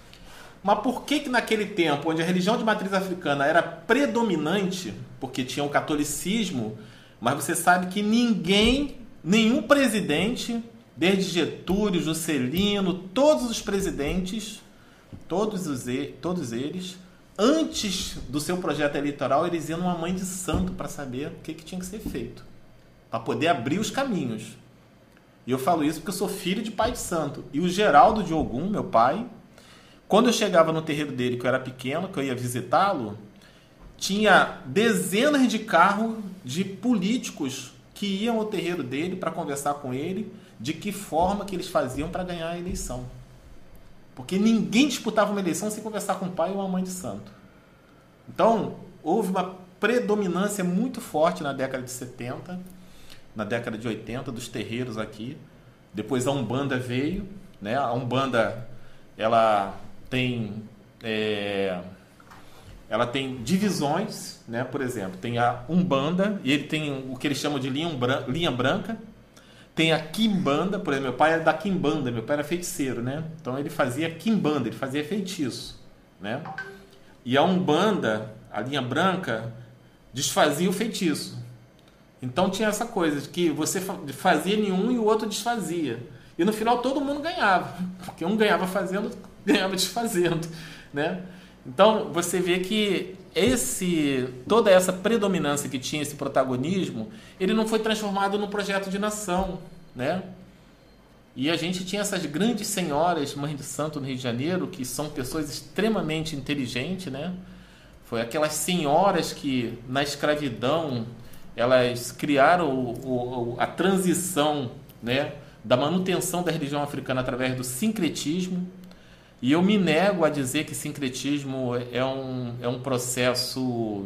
Mas por que que naquele tempo, onde a religião de matriz africana era predominante, porque tinha o catolicismo, mas você sabe que ninguém, nenhum presidente, desde Getúlio, Juscelino, todos os presidentes, todos, os, todos eles, antes do seu projeto eleitoral, eles iam numa mãe de santo para saber o que, que tinha que ser feito, para poder abrir os caminhos. E eu falo isso porque eu sou filho de pai de santo. E o Geraldo de Ogum, meu pai, quando eu chegava no terreiro dele, que eu era pequeno, que eu ia visitá-lo, tinha dezenas de carros de políticos que iam ao terreiro dele para conversar com ele de que forma que eles faziam para ganhar a eleição. Porque ninguém disputava uma eleição sem conversar com o pai ou uma mãe de santo. Então, houve uma predominância muito forte na década de setenta, na década de oitenta, dos terreiros aqui. Depois a Umbanda veio, né? A Umbanda, ela tem, é, ela tem divisões, né? Por exemplo, tem a Umbanda, e ele tem o que eles chamam de linha, linha branca. Tem a Quimbanda, por exemplo, meu pai era da Quimbanda, meu pai era feiticeiro, né? Então ele fazia Quimbanda, ele fazia feitiço, né? E a Umbanda, a linha branca, desfazia o feitiço. Então tinha essa coisa de que você fazia nenhum e o outro desfazia. E no final todo mundo ganhava, porque um ganhava fazendo, ganhava desfazendo, né? Então, você vê que esse, toda essa predominância que tinha, esse protagonismo, ele não foi transformado num projeto de nação, né? E a gente tinha essas grandes senhoras, mães de santo no Rio de Janeiro, que são pessoas extremamente inteligentes, né? Foi aquelas senhoras que, na escravidão, elas criaram o, o, a transição, né, da manutenção da religião africana através do sincretismo. E eu me nego a dizer que sincretismo é um, é um processo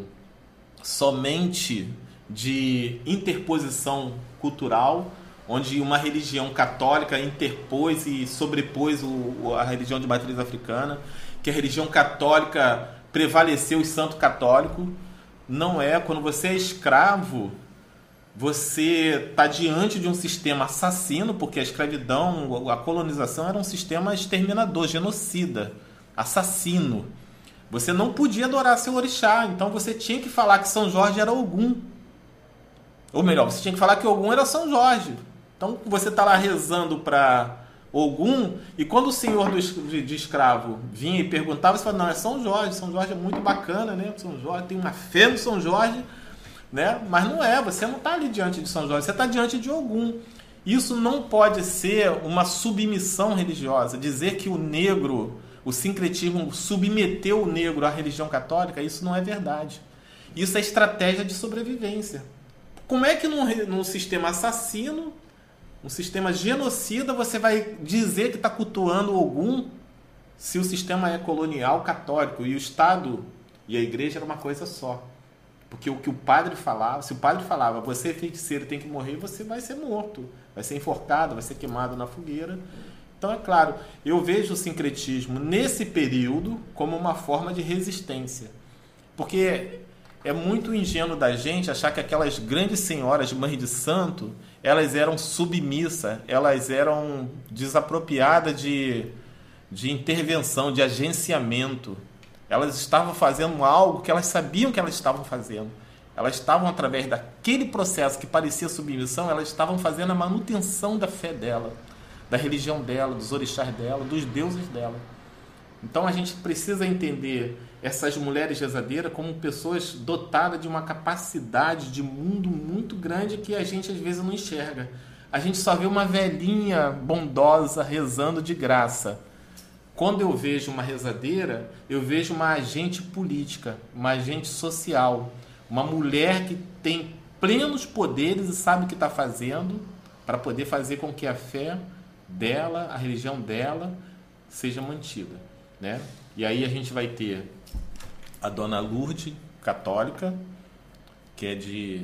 somente de interposição cultural, onde uma religião católica interpôs e sobrepôs o, a religião de matriz africana, que a religião católica prevaleceu o santo católico. Não é. Quando você é escravo, você está diante de um sistema assassino, porque a escravidão, a colonização era um sistema exterminador, genocida, assassino. Você não podia adorar seu orixá, então você tinha que falar que São Jorge era Ogum. Ou melhor, você tinha que falar que Ogum era São Jorge. Então você está lá rezando para Ogum, e quando o senhor do, de, de escravo vinha e perguntava, você falava, não, é São Jorge, São Jorge é muito bacana, né? São Jorge tem uma fé no São Jorge, né? Mas não é, você não está ali diante de São Jorge, você está diante de Ogum. Isso não pode ser uma submissão religiosa, dizer que o negro, o sincretismo submeteu o negro à religião católica, isso não é verdade. Isso é estratégia de sobrevivência. Como é que num, num sistema assassino, um sistema genocida, você vai dizer que está cultuando Ogum se o sistema é colonial católico e o Estado e a igreja era uma coisa só? Porque o que o padre falava, se o padre falava, você é feiticeiro, tem que morrer, você vai ser morto, vai ser enforcado, vai ser queimado na fogueira. Então, é claro, eu vejo o sincretismo nesse período como uma forma de resistência. Porque é muito ingênuo da gente achar que aquelas grandes senhoras de mães de santo, elas eram submissas, elas eram desapropriadas de, de intervenção, de agenciamento. Elas estavam fazendo algo que elas sabiam que elas estavam fazendo. Elas estavam, através daquele processo que parecia submissão, elas estavam fazendo a manutenção da fé dela, da religião dela, dos orixás dela, dos deuses dela. Então a gente precisa entender essas mulheres rezadeiras como pessoas dotadas de uma capacidade de mundo muito grande que a gente às vezes não enxerga. A gente só vê uma velhinha bondosa rezando de graça. Quando eu vejo uma rezadeira, eu vejo uma agente política, uma agente social, uma mulher que tem plenos poderes e sabe o que está fazendo para poder fazer com que a fé dela, a religião dela, seja mantida, né? E aí a gente vai ter a Dona Lourdes, católica, que é de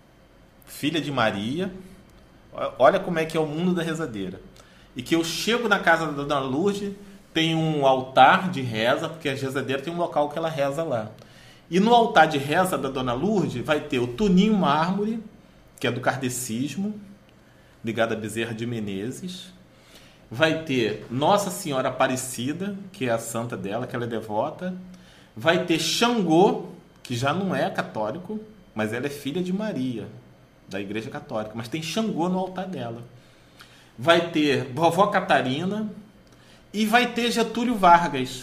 filha de Maria. Olha como é que é o mundo da rezadeira. E que eu chego na casa da Dona Lourdes, tem um altar de reza, porque a rezadeira tem um local que ela reza lá. E no altar de reza da Dona Lourdes vai ter o Tuninho Mármore, que é do kardecismo, ligado a Bezerra de Menezes. Vai ter Nossa Senhora Aparecida, que é a santa dela, que ela é devota. Vai ter Xangô, que já não é católico, mas ela é filha de Maria, da Igreja Católica. Mas tem Xangô no altar dela. Vai ter Vovó Catarina e vai ter Getúlio Vargas.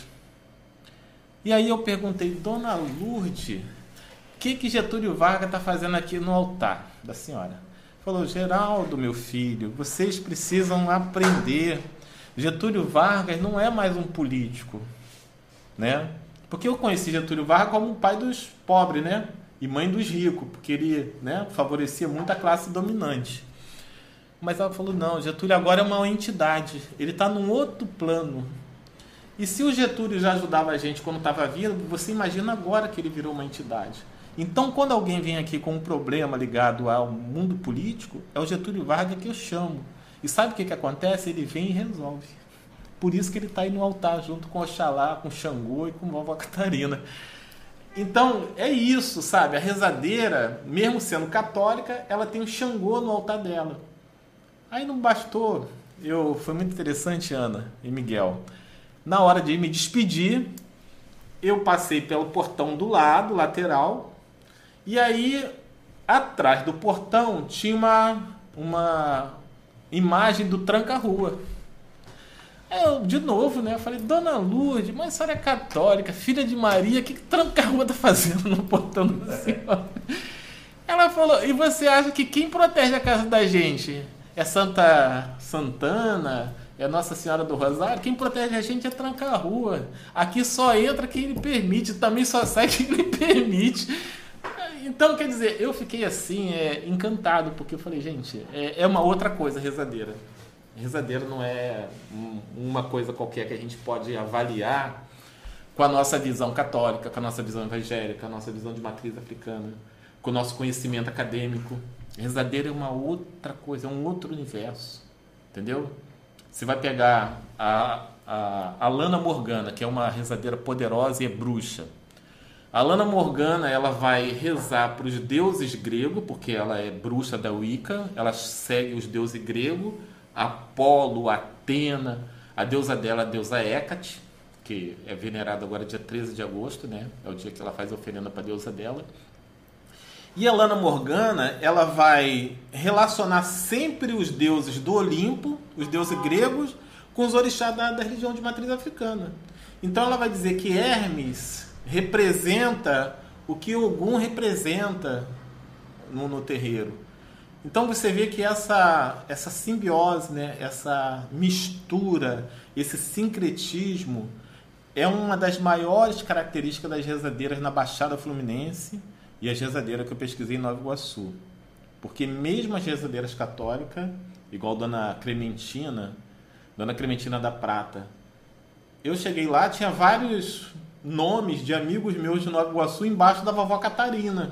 E aí eu perguntei, Dona Lourdes, o que, que Getúlio Vargas está fazendo aqui no altar da senhora? Falou, Geraldo, meu filho, vocês precisam aprender. Getúlio Vargas não é mais um político, né? Porque eu conheci Getúlio Vargas como o pai dos pobres, né? E mãe dos ricos, porque ele, né, favorecia muito a classe dominante. Mas ela falou, não, Getúlio agora é uma entidade, ele está num outro plano. E se o Getúlio já ajudava a gente quando estava vivo, você imagina agora que ele virou uma entidade. Então, quando alguém vem aqui com um problema ligado ao mundo político, é o Getúlio Vargas que eu chamo. E sabe o que, que acontece? Ele vem e resolve. Por isso que ele está aí no altar, junto com Oxalá, com Xangô e com Vovó Catarina. Então, é isso, sabe? A rezadeira, mesmo sendo católica, ela tem um Xangô no altar dela. Aí não bastou. Eu, foi muito interessante, Ana e Miguel. Na hora de me despedir, eu passei pelo portão do lado, lateral, e aí, atrás do portão, tinha uma, uma imagem do tranca-rua. Aí eu, de novo, né? Eu falei, Dona Lourdes, mas a senhora é católica, filha de Maria, que tranca-rua tá fazendo no portão da senhora? Ela falou, e você acha que quem protege a casa da gente é Santa Santana, é Nossa Senhora do Rosário? Quem protege a gente é tranca-rua. Aqui só entra quem ele permite, também só sai quem ele permite. Então, quer dizer, eu fiquei assim, é, encantado, porque eu falei, gente, é, é uma outra coisa, rezadeira. Rezadeira não é uma coisa qualquer que a gente pode avaliar com a nossa visão católica, com a nossa visão evangélica, com a nossa visão de matriz africana, com o nosso conhecimento acadêmico. Rezadeira é uma outra coisa, é um outro universo, entendeu? Você vai pegar a, a, a Lana Morgana, que é uma rezadeira poderosa e é bruxa. A Lana Morgana, ela vai rezar para os deuses gregos, porque ela é bruxa da Wicca, ela segue os deuses gregos, Apolo, Atena, a deusa dela, a deusa Hécate, que é venerada agora dia treze de agosto, né? É o dia que ela faz a oferenda para a deusa dela. E a Lana Morgana, ela vai relacionar sempre os deuses do Olimpo, os deuses gregos, com os orixás da, da religião de matriz africana. Então ela vai dizer que Hermes representa o que Ogum representa no, no terreiro. Então você vê que essa, essa simbiose, né, essa mistura, esse sincretismo é uma das maiores características das rezadeiras na Baixada Fluminense e as rezadeiras que eu pesquisei em Nova Iguaçu. Porque mesmo as rezadeiras católicas, igual Dona Clementina, Dona Clementina da Prata, eu cheguei lá, tinha vários nomes de amigos meus de Nova Iguaçu embaixo da vovó Catarina.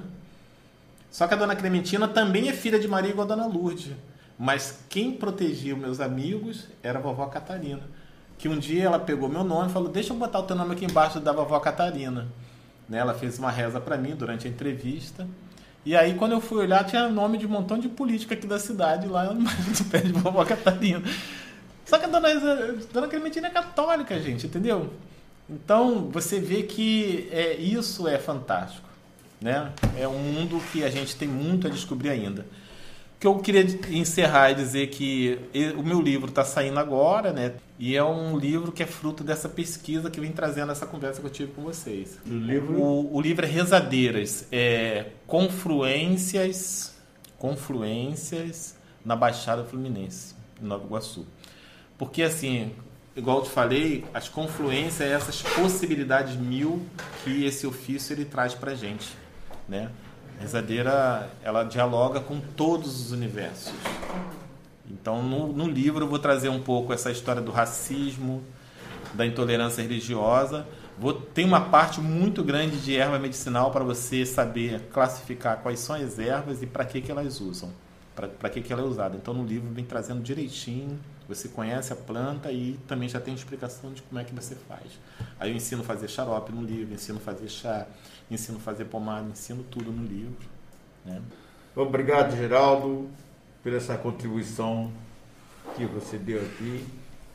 Só que a Dona Clementina também é filha de Maria igual a Dona Lourdes. Mas quem protegia os meus amigos era a vovó Catarina. Que um dia ela pegou meu nome e falou, deixa eu botar o teu nome aqui embaixo da vovó Catarina. Né? Ela fez uma reza para mim durante a entrevista. E aí quando eu fui olhar, tinha nome de um montão de política aqui da cidade, lá no pé de vovó Catarina. Só que a Dona, a Dona Clementina é católica, gente, entendeu? Então você vê que é, isso é fantástico. Né? É um mundo que a gente tem muito a descobrir ainda. O que eu queria encerrar e dizer que o meu livro está saindo agora, né? E é um livro que é fruto dessa pesquisa que vem trazendo essa conversa que eu tive com vocês. O livro, o, o livro é Rezadeiras, é Confluências, Confluências na Baixada Fluminense, em Nova Iguaçu. Porque assim, igual eu te falei, as confluências, essas possibilidades mil que esse ofício ele traz para a gente. Né? A rezadeira, ela dialoga com todos os universos. Então no, no livro eu vou trazer um pouco essa história do racismo, da intolerância religiosa. Vou, tem uma parte muito grande de erva medicinal para você saber classificar quais são as ervas e para que, que elas usam, para que, que ela é usada. Então no livro vem trazendo direitinho, você conhece a planta e também já tem explicação de como é que você faz. Aí eu ensino a fazer xarope no livro, ensino a fazer chá, ensino a fazer pomada, ensino tudo no livro. Né? Obrigado, Geraldo, por essa contribuição que você deu aqui.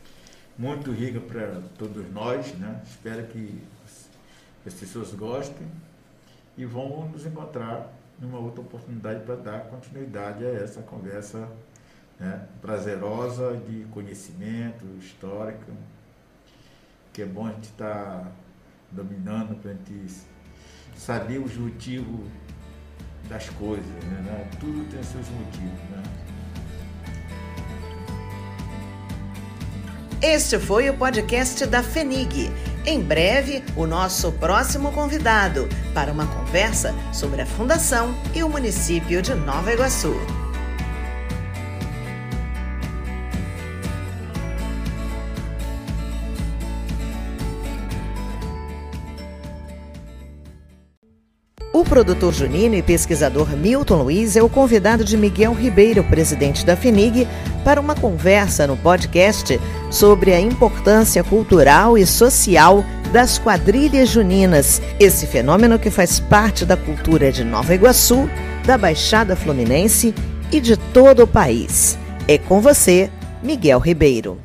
Muito rica para todos nós. Né? Espero que as pessoas gostem e vão nos encontrar numa outra oportunidade para dar continuidade a essa conversa, né, prazerosa, de conhecimento histórico, que é bom a gente estar tá dominando para a gente saber os motivos das coisas, né? Tudo tem seus motivos, né? Este foi o podcast da FENIG. Em breve, o nosso próximo convidado para uma conversa sobre a Fundação e o município de Nova Iguaçu. O produtor junino e pesquisador Milton Luiz é o convidado de Miguel Ribeiro, presidente da FENIG, para uma conversa no podcast sobre a importância cultural e social das quadrilhas juninas, esse fenômeno que faz parte da cultura de Nova Iguaçu, da Baixada Fluminense e de todo o país. É com você, Miguel Ribeiro.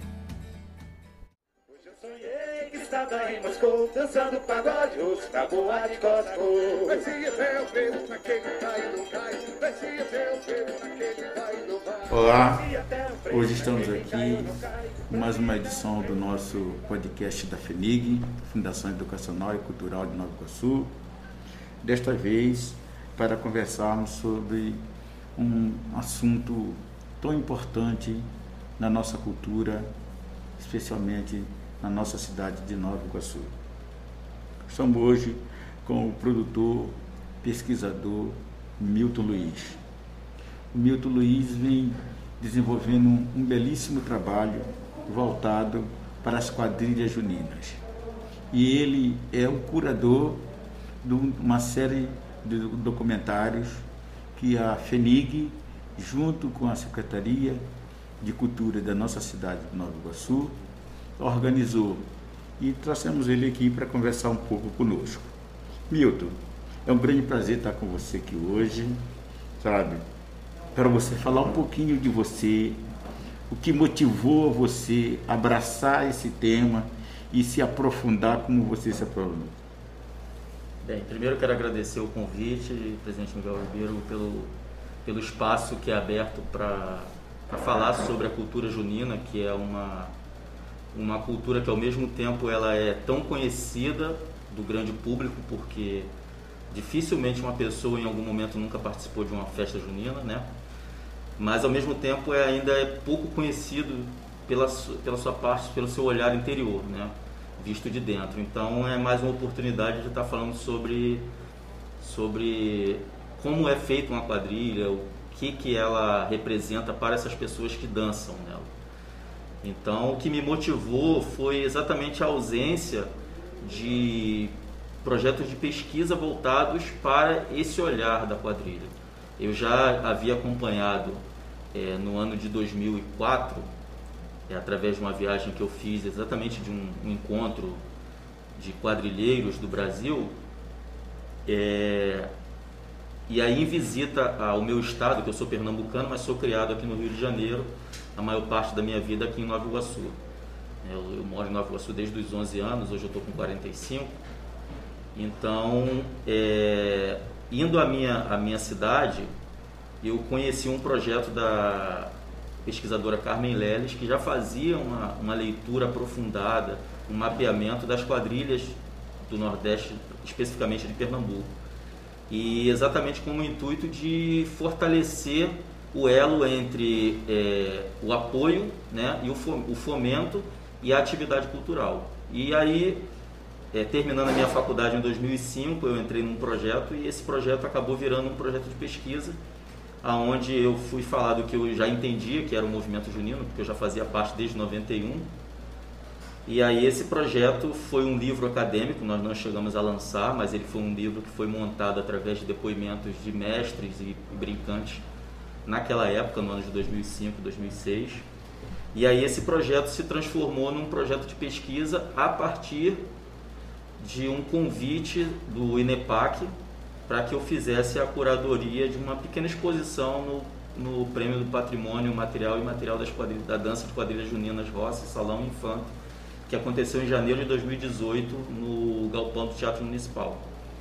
Dançando pagode, os tabuá de costa. Parecia meu peso naquele cai no cai. Parecia meu peso naquele cai no vai. Olá, hoje estamos aqui mais uma edição do nosso podcast da FENIG, Fundação Educacional e Cultural de Nova Iguaçu. Desta vez, para conversarmos sobre um assunto tão importante na nossa cultura, especialmente na nossa cidade de Nova Iguaçu. Estamos hoje com o produtor, pesquisador Milton Luiz. O Milton Luiz vem desenvolvendo um, um belíssimo trabalho voltado para as quadrilhas juninas. E ele é o curador de uma série de documentários que a FENIG, junto com a Secretaria de Cultura da nossa cidade de Nova Iguaçu, organizou. E trouxemos ele aqui para conversar um pouco conosco. Milton, é um grande prazer estar com você aqui hoje, sabe? Para você falar um pouquinho de você, o que motivou você a abraçar esse tema e se aprofundar como você se aprofundou. Bem, primeiro eu quero agradecer o convite, presidente Miguel Ribeiro, pelo, pelo espaço que é aberto para falar sobre a cultura junina, que é uma, uma cultura que ao mesmo tempo ela é tão conhecida do grande público, porque dificilmente uma pessoa em algum momento nunca participou de uma festa junina, né? Mas ao mesmo tempo é, ainda é pouco conhecido pela, pela sua parte, pelo seu olhar interior, né? Visto de dentro. Então é mais uma oportunidade de estar falando sobre, sobre como é feita uma quadrilha, o que, que ela representa para essas pessoas que dançam nela. Então o que me motivou foi exatamente a ausência de projetos de pesquisa voltados para esse olhar da quadrilha. Eu já havia acompanhado é, no ano de dois mil e quatro, é, através de uma viagem que eu fiz exatamente de um, um encontro de quadrilheiros do Brasil, é, e aí em visita ao meu estado, que eu sou pernambucano, mas sou criado aqui no Rio de Janeiro, a maior parte da minha vida aqui em Nova Iguaçu. Eu, eu moro em Nova Iguaçu desde os onze anos, hoje eu estou com quarenta e cinco. Então, é, indo à minha, à minha cidade, eu conheci um projeto da pesquisadora Carmen Leles, que já fazia uma, uma leitura aprofundada, um mapeamento das quadrilhas do Nordeste, especificamente de Pernambuco. E exatamente com o intuito de fortalecer o elo entre é, o apoio, né, e o fomento e a atividade cultural. E aí, É, terminando a minha faculdade em dois mil e cinco, eu entrei num projeto e esse projeto acabou virando um projeto de pesquisa, aonde eu fui falar do que eu já entendia, que era o movimento junino, porque eu já fazia parte desde noventa e um. E aí esse projeto foi um livro acadêmico, nós não chegamos a lançar, mas ele foi um livro que foi montado através de depoimentos de mestres e brincantes naquela época, no ano de dois mil e cinco, dois mil e seis. E aí esse projeto se transformou num projeto de pesquisa a partir de um convite do INEPAC para que eu fizesse a curadoria de uma pequena exposição no, no Prêmio do Patrimônio Material e Imaterial das quadrilhas, da Dança de Quadrilhas Juninas Rossi, Salão Infanto, que aconteceu em janeiro de dois mil e dezoito no Galpão do Teatro Municipal.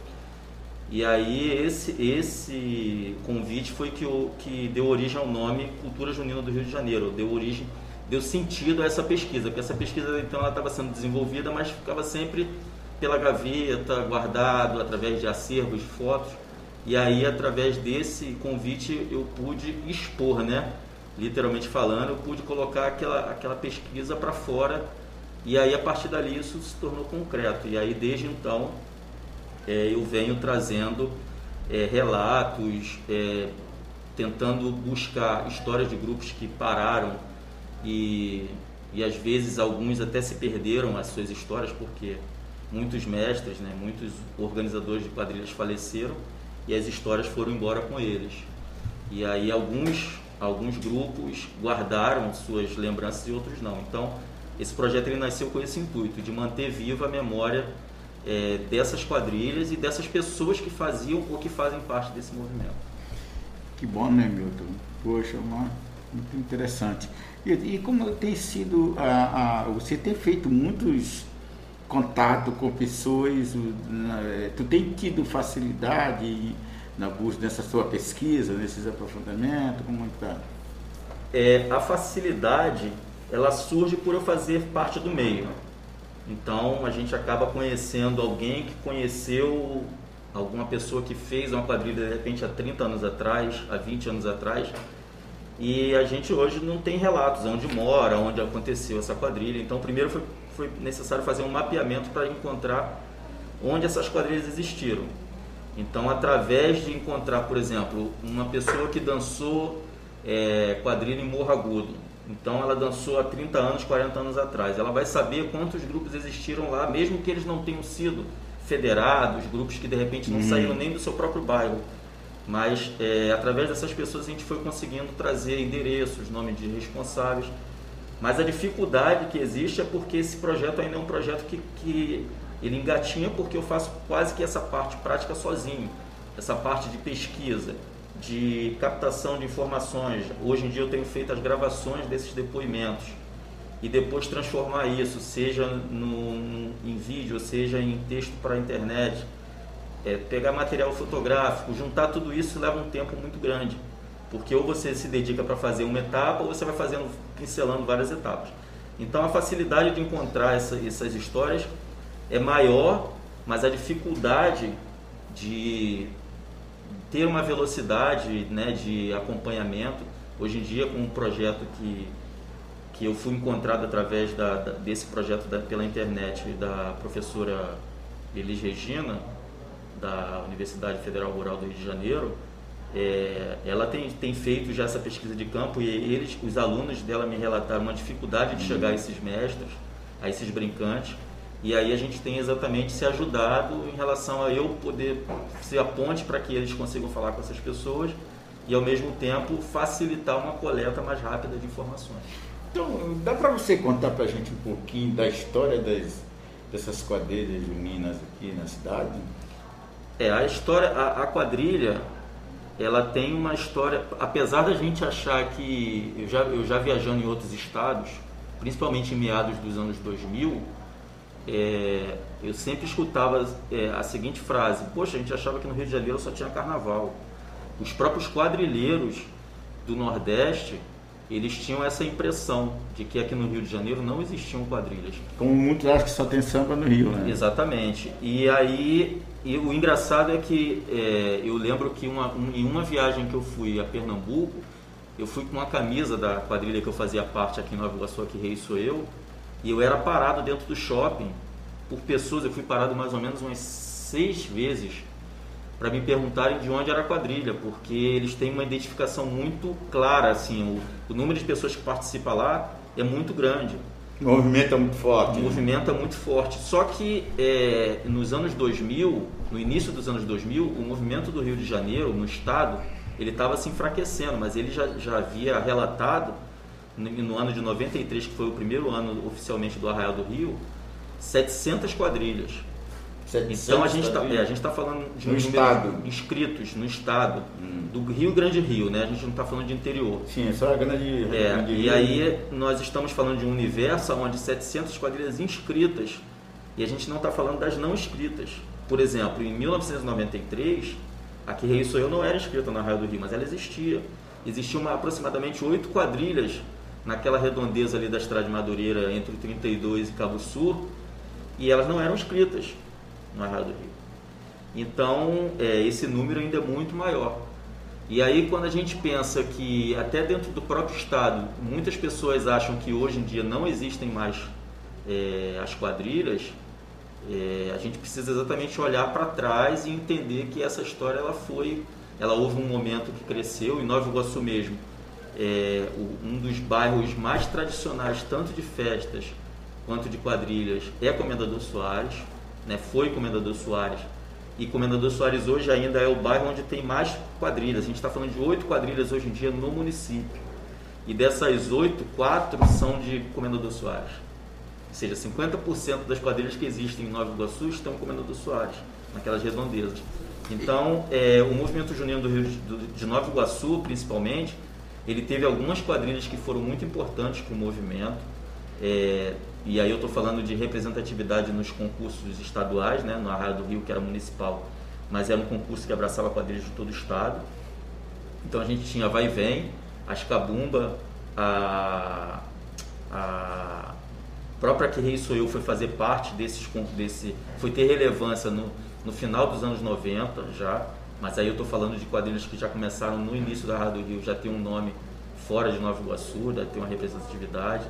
E aí esse, esse convite foi que, o, que deu origem ao nome Cultura Junina do Rio de Janeiro, deu origem, deu sentido a essa pesquisa, porque essa pesquisa então ela estava sendo desenvolvida, mas ficava sempre pela gaveta, guardado através de acervos de fotos, e aí através desse convite eu pude expor, né, literalmente falando, eu pude colocar aquela, aquela pesquisa para fora, e aí a partir dali isso se tornou concreto, e aí desde então é, eu venho trazendo é, relatos, é, tentando buscar histórias de grupos que pararam e, e às vezes alguns até se perderam as suas histórias, porque muitos mestres, né, muitos organizadores de quadrilhas faleceram e as histórias foram embora com eles. E aí alguns, alguns grupos guardaram suas lembranças e outros não. Então, esse projeto ele nasceu com esse intuito, de manter viva a memória é, dessas quadrilhas e dessas pessoas que faziam ou que fazem parte desse movimento. Que bom, né, Milton? Poxa, uma, muito interessante. E, e como tem sido, a, a, você tem feito muitos contato com pessoas, tu tem tido facilidade na busca dessa sua pesquisa, nesses aprofundamentos, como é que tá? É, a facilidade ela surge por eu fazer parte do meio. Então a gente acaba conhecendo alguém que conheceu alguma pessoa que fez uma quadrilha de repente há trinta anos atrás, há vinte anos atrás, e a gente hoje não tem relatos onde mora, onde aconteceu essa quadrilha. Então primeiro foi, foi necessário fazer um mapeamento para encontrar onde essas quadrilhas existiram. Então através de encontrar, por exemplo, uma pessoa que dançou é, quadrilha em Morro Agudo, então ela dançou há trinta anos, quarenta anos atrás, ela vai saber quantos grupos existiram lá, mesmo que eles não tenham sido federados, grupos que de repente não uhum. saíram nem do seu próprio bairro, mas é, através dessas pessoas a gente foi conseguindo trazer endereços, nome de responsáveis. Mas a dificuldade que existe é porque esse projeto ainda é um projeto que, que ele engatinha, porque eu faço quase que essa parte prática sozinho, essa parte de pesquisa, de captação de informações. Hoje em dia eu tenho feito as gravações desses depoimentos e depois transformar isso, seja no, no, em vídeo, seja em texto para a internet, é, pegar material fotográfico, juntar tudo isso leva um tempo muito grande, porque ou você se dedica para fazer uma etapa ou você vai fazendo, pincelando várias etapas. Então a facilidade de encontrar essa, essas histórias é maior, mas a dificuldade de ter uma velocidade, né, de acompanhamento, hoje em dia com um projeto que, que eu fui encontrado através da, da, desse projeto da, pela internet da professora Elis Regina, da Universidade Federal Rural do Rio de Janeiro, é, ela tem, tem feito já essa pesquisa de campo e eles, os alunos dela me relataram uma dificuldade de chegar a esses mestres, a esses brincantes. E aí a gente tem exatamente se ajudado em relação a eu poder ser a ponte para que eles consigam falar com essas pessoas e ao mesmo tempo facilitar uma coleta mais rápida de informações. Então, dá para você contar para a gente um pouquinho da história das, dessas quadrilhas juninas aqui na cidade? É, a história, a, a quadrilha, ela tem uma história, apesar da gente achar que, eu já, eu já viajando em outros estados, principalmente em meados dos anos dois mil, É, eu sempre escutava é, a seguinte frase: poxa, a gente achava que no Rio de Janeiro só tinha carnaval. Os próprios quadrilheiros do Nordeste, eles tinham essa impressão de que aqui no Rio de Janeiro não existiam quadrilhas. Como muitos acham que só tem samba no Rio, né? Exatamente. E aí, e o engraçado é que é, eu lembro que uma, um, em uma viagem que eu fui a Pernambuco, eu fui com uma camisa da quadrilha que eu fazia parte aqui em Nova Iguaçu, que Rei Sou Eu, e eu era parado dentro do shopping por pessoas, eu fui parado mais ou menos umas seis vezes para me perguntarem de onde era a quadrilha, porque eles têm uma identificação muito clara, assim, o, o número de pessoas que participa lá é muito grande. O movimento é muito forte. O movimento é muito forte. Só que é, nos anos dois mil, no início dos anos dois mil, o movimento do Rio de Janeiro, no estado, ele estava se enfraquecendo, mas ele já, já havia relatado no ano de noventa e três, que foi o primeiro ano oficialmente do Arraial do Rio, setecentas quadrilhas. setecentas então a gente está é, a gente está falando de no estado inscritos no estado hum. do Rio Grande Rio, né? A gente não está falando de interior. Sim, só a grande. É, grande e Rio. aí nós estamos falando de um universo onde setecentas quadrilhas inscritas e a gente não está falando das não inscritas. Por exemplo, em mil novecentos e noventa e três, a Que Rei Sou Eu não era inscrita na Arraial do Rio, mas ela existia. Existiam aproximadamente oito quadrilhas naquela redondeza ali da Estrada de Madureira, entre o trinta e dois e Cabo Sul, e elas não eram inscritas no Arraial do Rio. Então, é, esse número ainda é muito maior. E aí, quando a gente pensa que até dentro do próprio estado, muitas pessoas acham que hoje em dia não existem mais é, as quadrilhas, é, a gente precisa exatamente olhar para trás e entender que essa história ela foi, ela houve um momento que cresceu. Em Nova Iguaçu mesmo, é, um dos bairros mais tradicionais, tanto de festas quanto de quadrilhas, é Comendador Soares, né? Foi Comendador Soares, e Comendador Soares hoje ainda é o bairro onde tem mais quadrilhas. A gente está falando de oito quadrilhas hoje em dia no município, e dessas oito, quatro são de Comendador Soares, ou seja, cinquenta por cento das quadrilhas que existem em Nova Iguaçu estão em Comendador Soares, naquelas redondezas. Então, é, o movimento junino do Rio de, de Nova Iguaçu, principalmente, ele teve algumas quadrilhas que foram muito importantes para o movimento, é, e aí eu estou falando de representatividade nos concursos estaduais, né, no Arraial do Rio, que era municipal, mas era um concurso que abraçava quadrilhas de todo o estado. Então a gente tinha a Vai e Vem, a Escabumba, a, a própria Que Rei Sou Eu foi fazer parte desses, desse, foi ter relevância no, no final dos anos noventa já, mas aí eu estou falando de quadrilhas que já começaram no início da Rádio do Rio, já tem um nome fora de Nova Iguaçu, já tem uma representatividade.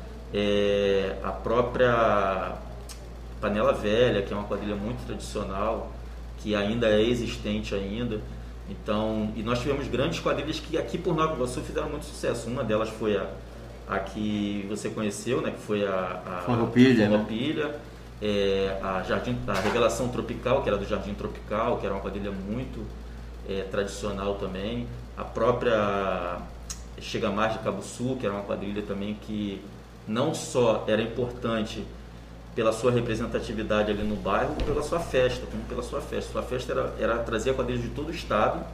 É, a própria Panela Velha, que é uma quadrilha muito tradicional, que ainda é existente ainda. Então, e nós tivemos grandes quadrilhas que aqui por Nova Iguaçu fizeram muito sucesso. Uma delas foi a, a que você conheceu, né, que foi a, a Farroupilha, Farroupilha, né? é, a, Jardim, a Revelação Tropical, que era do Jardim Tropical, que era uma quadrilha muito é, tradicional também. A própria Chega Mais de Cabo Sul, que era uma quadrilha também que não só era importante pela sua representatividade ali no bairro, pela sua festa, como pela sua festa. Sua festa era, era trazer quadrilhas de todo o estado,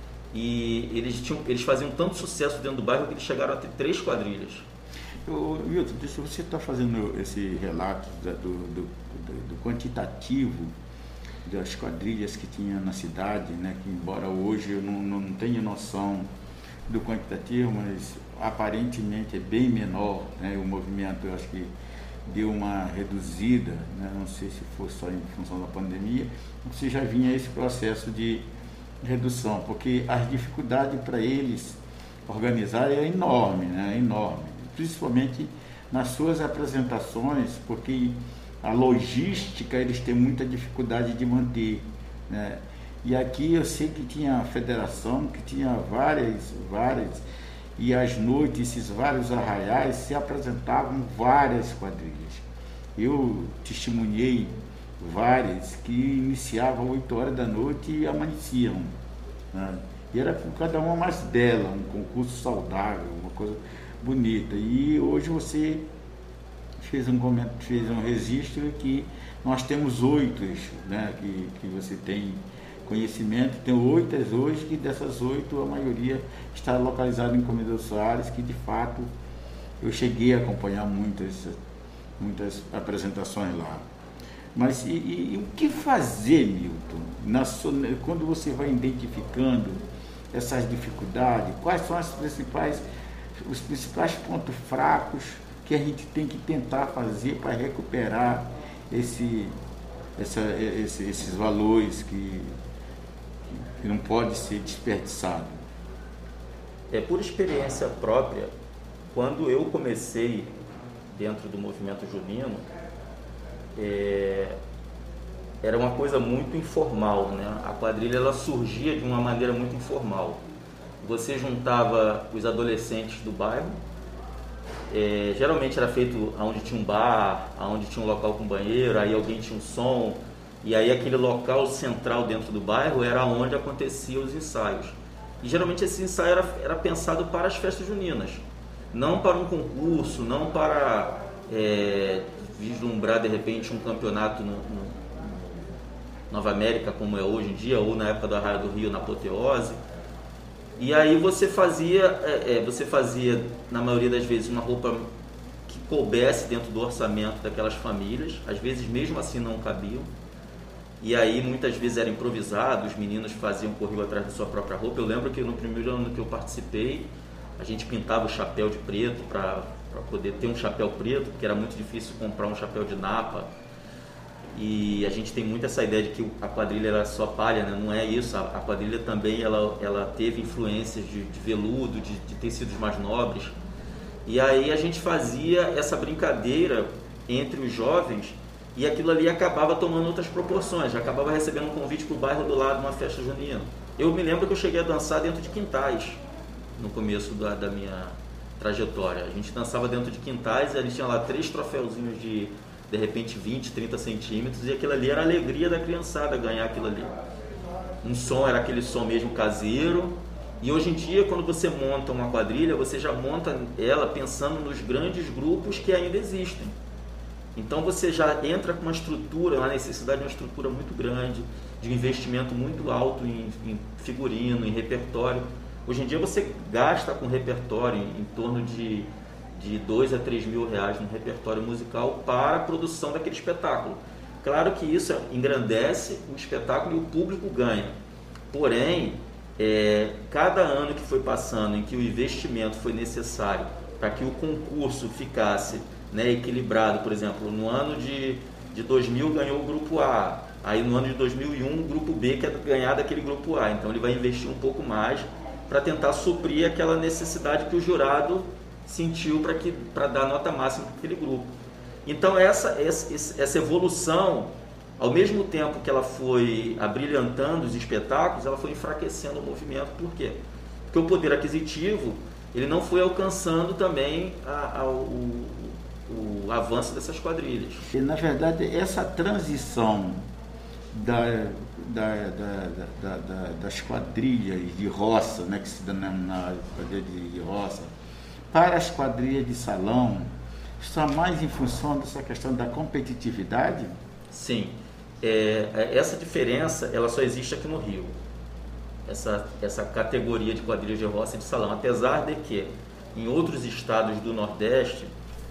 e eles, tinham, eles faziam tanto sucesso dentro do bairro que eles chegaram a ter três quadrilhas. Ô, Milton, deixa você está fazendo esse relato da, do, do, do, do quantitativo das quadrilhas que tinha na cidade, né, que embora hoje eu não, não tenha noção do quantitativo, mas aparentemente é bem menor, né, o movimento, eu acho que deu uma reduzida, né? Não sei se foi só em função da pandemia, ou se já vinha esse processo de redução, porque as dificuldades para eles organizar é enorme, né? É enorme, principalmente nas suas apresentações, porque a logística eles têm muita dificuldade de manter, né? E aqui eu sei que tinha a federação, que tinha várias, várias, e às noites, esses vários arraiais, se apresentavam várias quadrilhas. Eu testemunhei várias que iniciavam oito horas da noite e amanheciam, né? E era com cada uma mais bela, um concurso saudável, uma coisa bonita. E hoje você fez um, fez um registro que nós temos oito, né, que, que você tem conhecimento, tem oito hoje, que dessas oito a maioria está localizada em Comendador Soares, que de fato eu cheguei a acompanhar muitas, muitas apresentações lá. Mas e, e, e o que fazer, Milton, na sua, quando você vai identificando essas dificuldades? Quais são as principais, os principais pontos fracos que a gente tem que tentar fazer para recuperar esse, essa, esse, esses valores que que não pode ser desperdiçado? É, por experiência própria, quando eu comecei dentro do movimento junino, é, era uma coisa muito informal, né? A quadrilha ela surgia de uma maneira muito informal. Você juntava os adolescentes do bairro, é, geralmente era feito onde tinha um bar, onde tinha um local com banheiro, aí alguém tinha um som. E aí aquele local central dentro do bairro era onde aconteciam os ensaios. E geralmente esse ensaio era, era pensado para as festas juninas, não para um concurso, não para é, vislumbrar de repente um campeonato no, no Nova América, como é hoje em dia, ou na época da Raia do Rio, na Apoteose. E aí você fazia, é, você fazia, na maioria das vezes, uma roupa que coubesse dentro do orçamento daquelas famílias, às vezes mesmo assim não cabiam. E aí muitas vezes era improvisado, os meninos faziam, corriam atrás da sua própria roupa. Eu lembro que no primeiro ano que eu participei, a gente pintava o chapéu de preto para poder ter um chapéu preto, porque era muito difícil comprar um chapéu de napa. E a gente tem muito essa ideia de que a quadrilha era só palha, né? Não é isso. A quadrilha também ela, ela teve influências de, de veludo, de, de tecidos mais nobres. E aí a gente fazia essa brincadeira entre os jovens, e aquilo ali acabava tomando outras proporções, acabava recebendo um convite para o bairro do lado, uma festa junina. Eu me lembro que eu cheguei a dançar dentro de quintais, no começo da, da minha trajetória. A gente dançava dentro de quintais e a gente tinha lá três troféuzinhos de, de repente, vinte, trinta centímetros, e aquilo ali era a alegria da criançada ganhar aquilo ali. Um som era aquele som mesmo caseiro, e hoje em dia, quando você monta uma quadrilha, você já monta ela pensando nos grandes grupos que ainda existem. Então você já entra com uma estrutura, uma necessidade de uma estrutura muito grande, de um investimento muito alto em, em figurino, em repertório. Hoje em dia você gasta com repertório em, em torno de, de dois a três mil reais no repertório musical para a produção daquele espetáculo. Claro que isso engrandece o espetáculo e o público ganha. Porém, é, cada ano que foi passando em que o investimento foi necessário para que o concurso ficasse, né, equilibrado. Por exemplo, no ano de, de dois mil ganhou o grupo A, aí no ano de dois mil e um o grupo B quer ganhar daquele grupo A, então ele vai investir um pouco mais para tentar suprir aquela necessidade que o jurado sentiu para que para dar nota máxima para aquele grupo. Então essa, essa, essa evolução, ao mesmo tempo que ela foi abrilhantando os espetáculos, ela foi enfraquecendo o movimento. Por quê? Porque o poder aquisitivo ele não foi alcançando também a, a, o, o avanço dessas quadrilhas. E, na verdade, essa transição da, da, da, da, da, das quadrilhas de roça, né, que se dá na, na quadrilha de roça, para as quadrilhas de salão, está mais em função dessa questão da competitividade? Sim. É, essa diferença ela só existe aqui no Rio. Essa, essa categoria de quadrilhas de roça e de salão. Apesar de que em outros estados do Nordeste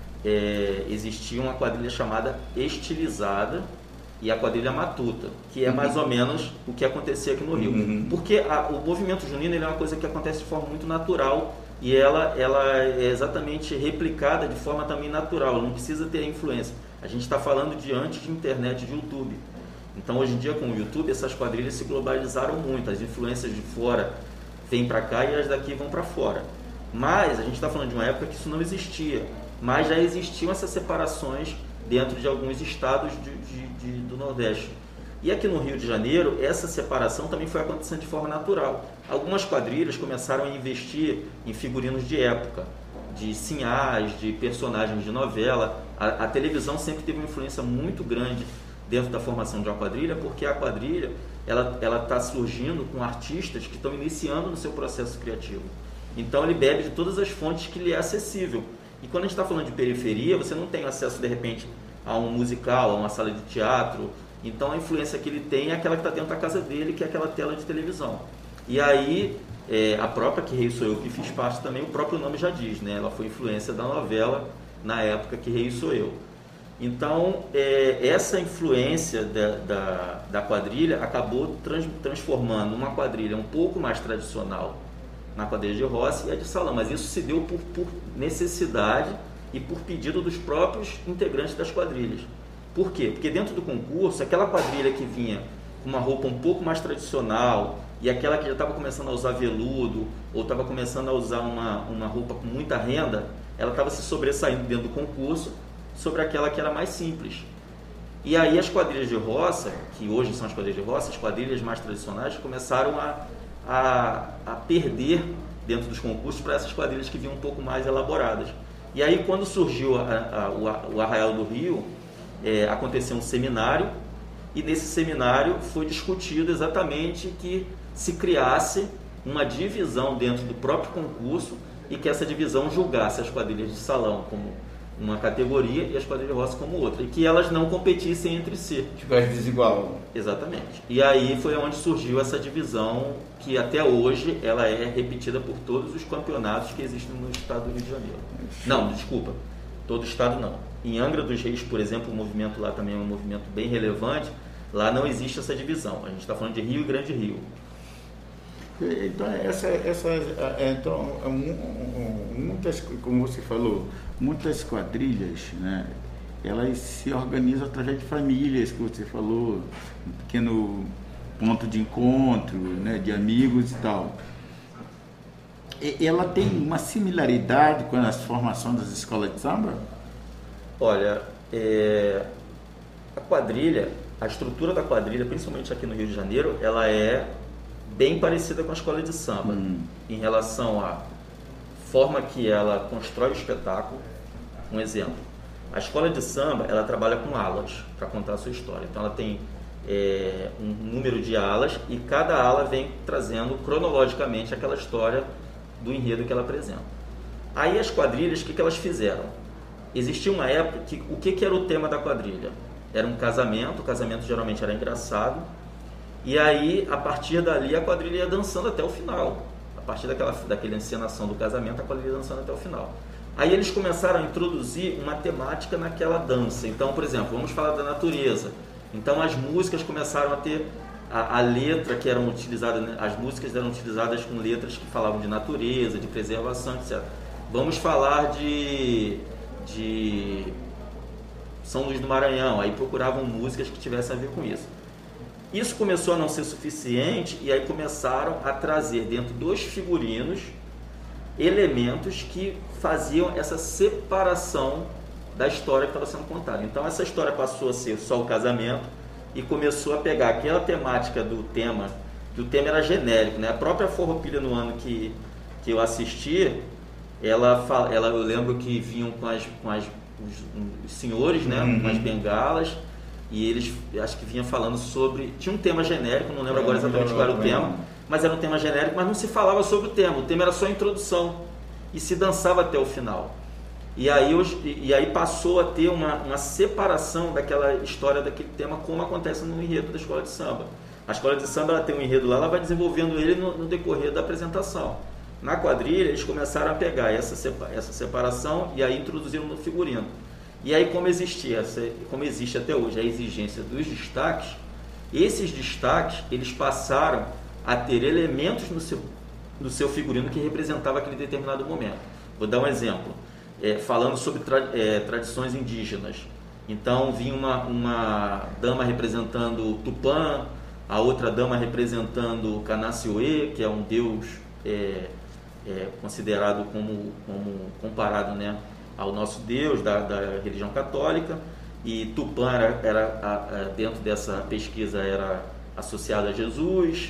é, existia uma quadrilha chamada estilizada e a quadrilha matuta, que é mais ou menos o que acontecia aqui no Rio. Uhum. Porque a, o movimento junino ele é uma coisa que acontece de forma muito natural e ela, ela é exatamente replicada de forma também natural, não precisa ter influência. A gente está falando de antes de internet, de YouTube. Então hoje em dia com o YouTube essas quadrilhas se globalizaram muito, as influências de fora vêm para cá e as daqui vão para fora. Mas a gente está falando de uma época que isso não existia, mas já existiam essas separações dentro de alguns estados de, de, de, do Nordeste. E aqui no Rio de Janeiro, essa separação também foi acontecendo de forma natural. Algumas quadrilhas começaram a investir em figurinos de época, de sinhás, de personagens de novela. A, a televisão sempre teve uma influência muito grande dentro da formação de uma quadrilha, porque a quadrilha ela ela está surgindo com artistas que estão iniciando no seu processo criativo. Então ele bebe de todas as fontes que lhe é acessível. E quando a gente está falando de periferia, você não tem acesso de repente a um musical, a uma sala de teatro. Então a influência que ele tem é aquela que está dentro da casa dele, que é aquela tela de televisão. E aí é, a própria Que Rei Sou Eu, que fiz parte também, o próprio nome já diz, né? Ela foi influência da novela na época Que Rei Sou Eu. Então, é, essa influência da, da, da quadrilha acabou trans, transformando uma quadrilha um pouco mais tradicional na quadrilha de roça e a de salão, mas isso se deu por, por necessidade e por pedido dos próprios integrantes das quadrilhas. Por quê? Porque dentro do concurso, aquela quadrilha que vinha com uma roupa um pouco mais tradicional e aquela que já estava começando a usar veludo ou estava começando a usar uma, uma roupa com muita renda, ela estava se sobressaindo dentro do concurso sobre aquela que era mais simples. E aí as quadrilhas de roça, que hoje são as quadrilhas de roça, as quadrilhas mais tradicionais, começaram a, a, a perder dentro dos concursos para essas quadrilhas que vinham um pouco mais elaboradas. E aí quando surgiu a, a, o, o Arraial do Rio, é, aconteceu um seminário, e nesse seminário foi discutido exatamente que se criasse uma divisão dentro do próprio concurso e que essa divisão julgasse as quadrilhas de salão como uma categoria e as quadrilhas de roça como outra, e que elas não competissem entre si. Tivesse desigual. Exatamente. E aí foi onde surgiu essa divisão que até hoje ela é repetida por todos os campeonatos que existem no estado do Rio de Janeiro. Não, desculpa, todo estado não. Em Angra dos Reis, por exemplo, o movimento lá também é um movimento bem relevante, lá não existe essa divisão, a gente está falando de Rio e Grande Rio. Então, essa, essa, então muitas, como você falou, muitas quadrilhas, né, elas se organizam através de famílias, que você falou, um pequeno ponto de encontro, né, de amigos e tal. E ela tem uma similaridade com a formação das escolas de samba? Olha, é, a quadrilha, a estrutura da quadrilha, principalmente aqui no Rio de Janeiro, ela é bem parecida com a escola de samba, hum. em relação à forma que ela constrói o espetáculo. Um exemplo, a escola de samba, ela trabalha com alas para contar a sua história. Então ela tem é, um número de alas e cada ala vem trazendo cronologicamente aquela história do enredo que ela apresenta. Aí as quadrilhas, o que, que elas fizeram? Existia uma época que o que, que era o tema da quadrilha? Era um casamento, o casamento geralmente era engraçado, e aí a partir dali a quadrilha ia dançando até o final. A partir daquela, daquela encenação do casamento, a quadrilha ia dançando até o final. Aí eles começaram a introduzir uma temática naquela dança. Então, por exemplo, vamos falar da natureza. Então as músicas começaram a ter a, a letra que eram utilizadas, as músicas eram utilizadas com letras que falavam de natureza, de preservação, etcétera. vamos falar de, de São Luís do Maranhão, aí procuravam músicas que tivessem a ver com isso. Isso começou a não ser suficiente e aí começaram a trazer dentro dos figurinos elementos que faziam essa separação da história que estava sendo contada. Então essa história passou a ser só o casamento e começou a pegar aquela temática do tema, que o tema era genérico, né? A própria Farroupilha no ano que, que eu assisti, ela, ela, eu lembro que vinham com, as, com as, os, os senhores, né? Uhum. Com as bengalas, e eles acho que vinham falando sobre, tinha um tema genérico, não lembro agora exatamente qual era o tema, mas era um tema genérico, mas não se falava sobre o tema, o tema era só a introdução e se dançava até o final. E aí, hoje, e aí passou a ter uma, uma separação daquela história, daquele tema, como acontece no enredo da escola de samba. A escola de samba ela tem um enredo lá, ela vai desenvolvendo ele no, no decorrer da apresentação. Na quadrilha, eles começaram a pegar essa, essa separação e aí introduziram no figurino. E aí, como existia, essa, como existe até hoje a exigência dos destaques, esses destaques, eles passaram a ter elementos no seu, no seu figurino que representava aquele determinado momento. Vou dar um exemplo. É, falando sobre tra, é, tradições indígenas. Então vinha uma, uma dama representando Tupã, a outra dama representando Canacioê, que é um deus é, é, considerado como, como comparado, né, ao nosso deus da, da religião católica, e Tupã era, era a, a, dentro dessa pesquisa era associado a Jesus,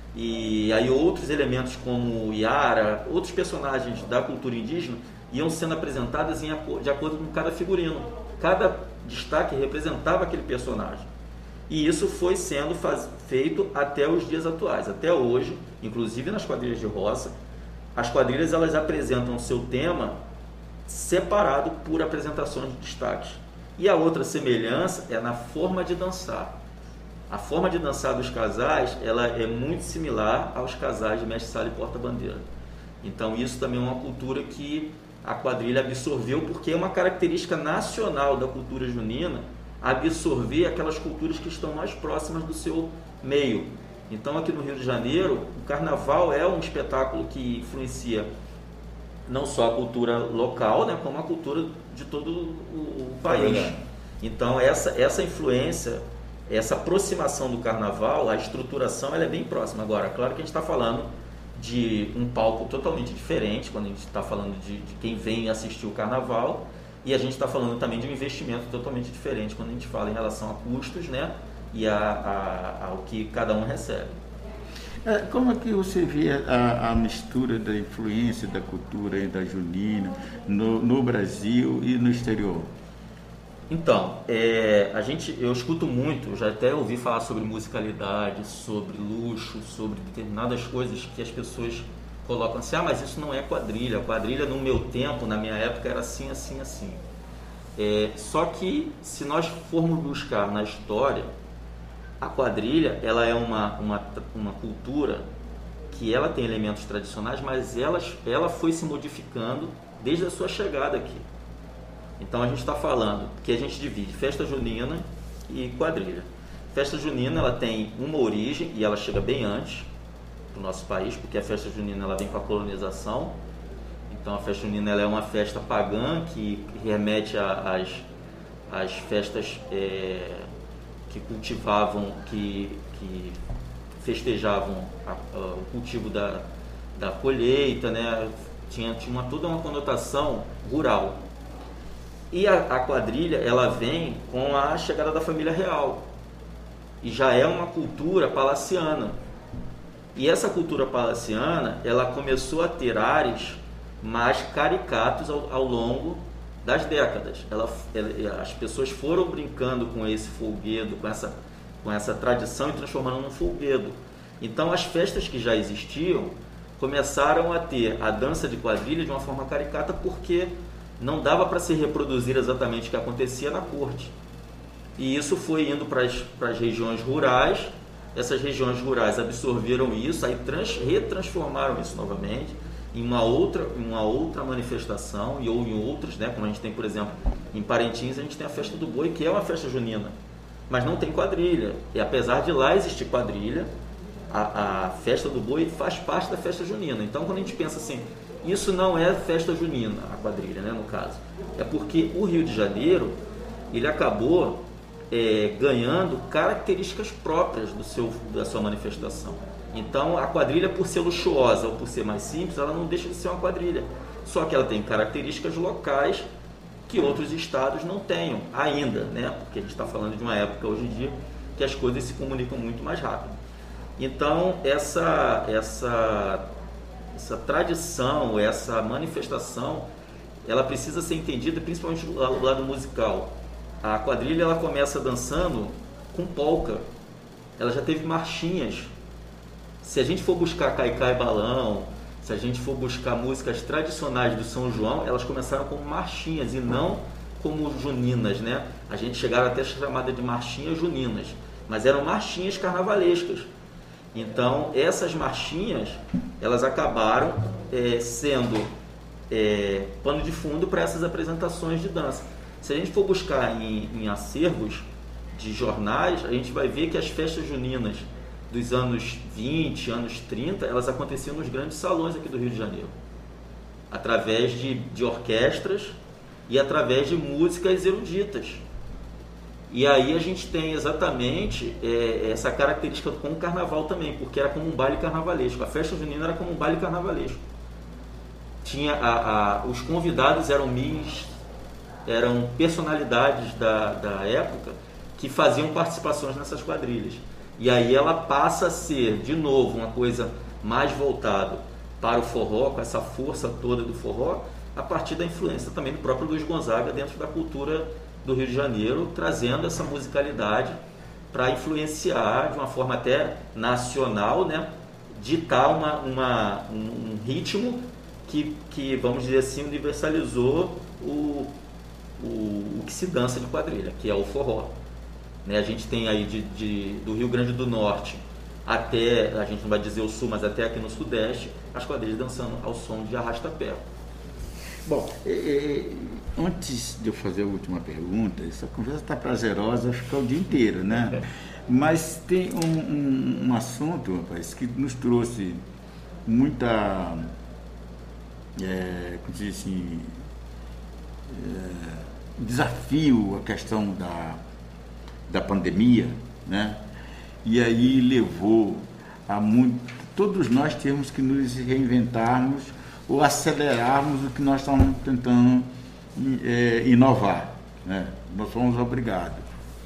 e aí outros elementos como Iara, outros personagens da cultura indígena iam sendo apresentadas em, de acordo com cada figurino. Cada destaque representava aquele personagem. E isso foi sendo faz, feito até os dias atuais. Até hoje, inclusive nas quadrilhas de roça, as quadrilhas elas apresentam o seu tema separado por apresentações de destaques. E a outra semelhança é na forma de dançar. A forma de dançar dos casais ela é muito similar aos casais de mestre-sala e porta-bandeira. Então isso também é uma cultura que a quadrilha absorveu, porque é uma característica nacional da cultura junina absorver aquelas culturas que estão mais próximas do seu meio. Então aqui no Rio de Janeiro, o carnaval é um espetáculo que influencia não só a cultura local, né, como a cultura de todo o país. É então essa, essa influência, essa aproximação do carnaval, a estruturação ela é bem próxima. Agora, claro que a gente está falando de um palco totalmente diferente, quando a gente está falando de, de quem vem assistir o carnaval, e a gente está falando também de um investimento totalmente diferente quando a gente fala em relação a custos, né, e a, a, ao que cada um recebe. Como é que você vê a, a mistura da influência da cultura da junina no, no Brasil e no exterior? Então, é, a gente, eu escuto muito, eu já até ouvi falar sobre musicalidade, sobre luxo, sobre determinadas coisas que as pessoas colocam assim, ah, mas isso não é quadrilha, a quadrilha no meu tempo, na minha época, era assim, assim, assim. É, só que, se nós formos buscar na história, a quadrilha, ela é uma, uma, uma cultura que ela tem elementos tradicionais, mas ela, ela foi se modificando desde a sua chegada aqui. Então a gente está falando que a gente divide festa junina e quadrilha. Festa junina ela tem uma origem e ela chega bem antes do nosso país, porque a festa junina ela vem com a colonização. Então a festa junina ela é uma festa pagã que remete às às festas é, que cultivavam, que, que festejavam a, a, o cultivo da, da colheita, né? Tinha, tinha uma, toda uma conotação rural. E a, a quadrilha, ela vem com a chegada da família real. E já é uma cultura palaciana. E essa cultura palaciana, ela começou a ter ares mais caricatos ao, ao longo das décadas. Ela, ela, as pessoas foram brincando com esse folguedo, com essa, com essa tradição e transformando num folguedo. Então as festas que já existiam começaram a ter a dança de quadrilha de uma forma caricata, porque não dava para se reproduzir exatamente o que acontecia na corte. E isso foi indo para as regiões rurais, essas regiões rurais absorveram isso, aí trans, retransformaram isso novamente em uma outra, uma outra manifestação, e ou em outras, né? Como a gente tem, por exemplo, em Parintins, a gente tem a festa do boi, que é uma festa junina, mas não tem quadrilha. E apesar de lá existir quadrilha, a, a festa do boi faz parte da festa junina. Então, quando a gente pensa assim, isso não é festa junina, a quadrilha, né, no caso, é porque o Rio de Janeiro, ele acabou é, ganhando características próprias do seu, da sua manifestação. Então, a quadrilha, por ser luxuosa ou por ser mais simples, ela não deixa de ser uma quadrilha. Só que ela tem características locais que outros estados não tenham ainda, né? Porque a gente está falando de uma época hoje em dia que as coisas se comunicam muito mais rápido. Então, essa, essa, essa tradição, essa manifestação, ela precisa ser entendida principalmente do lado musical. A quadrilha, ela começa dançando com polca. Ela já teve marchinhas. Se a gente for buscar caicai balão, se a gente for buscar músicas tradicionais do São João, elas começaram como marchinhas e não como juninas, né? A gente chegaram até a chamada de marchinhas juninas, mas eram marchinhas carnavalescas. Então, essas marchinhas, elas acabaram é, sendo é, pano de fundo para essas apresentações de dança. Se a gente for buscar em, em acervos de jornais, a gente vai ver que as festas juninas dos anos vinte, anos trinta, elas aconteciam nos grandes salões aqui do Rio de Janeiro, através de, de orquestras e através de músicas eruditas. E aí a gente tem exatamente é, essa característica com o carnaval também, porque era como um baile carnavalesco. A festa junina era como um baile carnavalesco. Tinha a, a, os convidados eram mis, eram personalidades da, da época que faziam participações nessas quadrilhas. E aí ela passa a ser, de novo, uma coisa mais voltada para o forró, com essa força toda do forró, a partir da influência também do próprio Luiz Gonzaga dentro da cultura do Rio de Janeiro, trazendo essa musicalidade para influenciar de uma forma até nacional, né, ditar uma, uma, um ritmo que, que, vamos dizer assim, universalizou o, o, o que se dança de quadrilha, que é o forró. Né, a gente tem aí de, de, do Rio Grande do Norte até, a gente não vai dizer o sul, mas até aqui no Sudeste, as quadrilhas dançando ao som de arrasta-pé. Bom, é, antes de eu fazer a última pergunta, essa conversa está prazerosa, fica o dia inteiro, né? Mas tem um, um, um assunto, rapaz, que nos trouxe muita, é, como se diz assim, é, desafio a questão da da pandemia, né? E aí levou a muito, todos nós temos que nos reinventarmos ou acelerarmos o que nós estamos tentando é, inovar, né? Nós somos obrigados.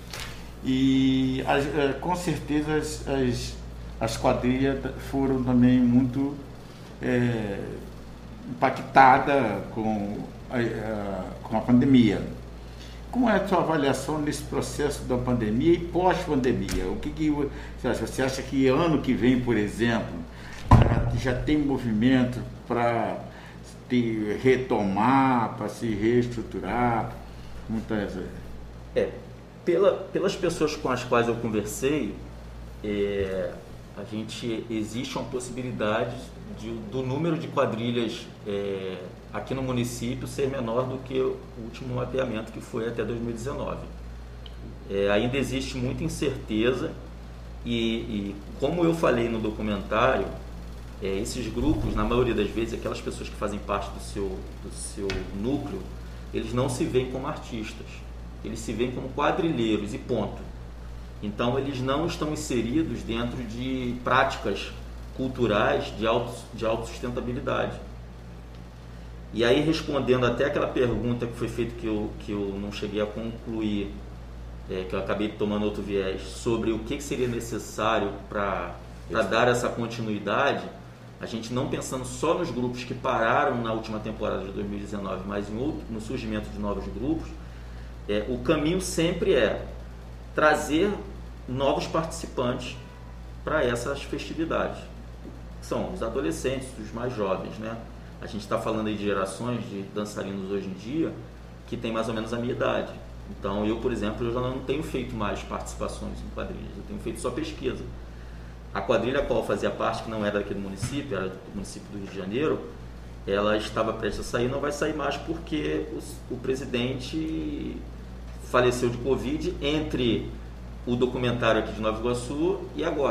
E as, com certeza as, as, as quadrilhas foram também muito é, impactadas com a, a, com a pandemia. Como é a sua avaliação nesse processo da pandemia e pós-pandemia? O que, que você acha? Você acha que ano que vem, por exemplo, já tem movimento para retomar, para se reestruturar? Muitas... É, pela, pelas pessoas com as quais eu conversei, é, a gente existe uma possibilidade de, do número de quadrilhas é, aqui no município ser menor do que o último mapeamento, que foi até dois mil e dezenove. É, ainda existe muita incerteza e, e, como eu falei no documentário, é, esses grupos, na maioria das vezes, aquelas pessoas que fazem parte do seu, do seu núcleo, eles não se veem como artistas, eles se veem como quadrilheiros e ponto. Então, eles não estão inseridos dentro de práticas culturais de, auto, de autossustentabilidade. E aí, respondendo até aquela pergunta que foi feita que eu, que eu não cheguei a concluir, é, que eu acabei tomando outro viés, sobre o que seria necessário para dar essa continuidade, a gente não pensando só nos grupos que pararam na última temporada de dois mil e dezenove, mas em outro, no surgimento de novos grupos, é, o caminho sempre é trazer novos participantes para essas festividades. São os adolescentes, os mais jovens, né? A gente está falando aí de gerações de dançarinos hoje em dia que tem mais ou menos a minha idade. Então, eu, por exemplo, eu já não tenho feito mais participações em quadrilhas, eu tenho feito só pesquisa. A quadrilha a qual fazia parte, que não era daquele município, era do município do Rio de Janeiro, ela estava prestes a sair, não vai sair mais porque o, o presidente faleceu de Covid entre o documentário aqui de Nova Iguaçu e agora.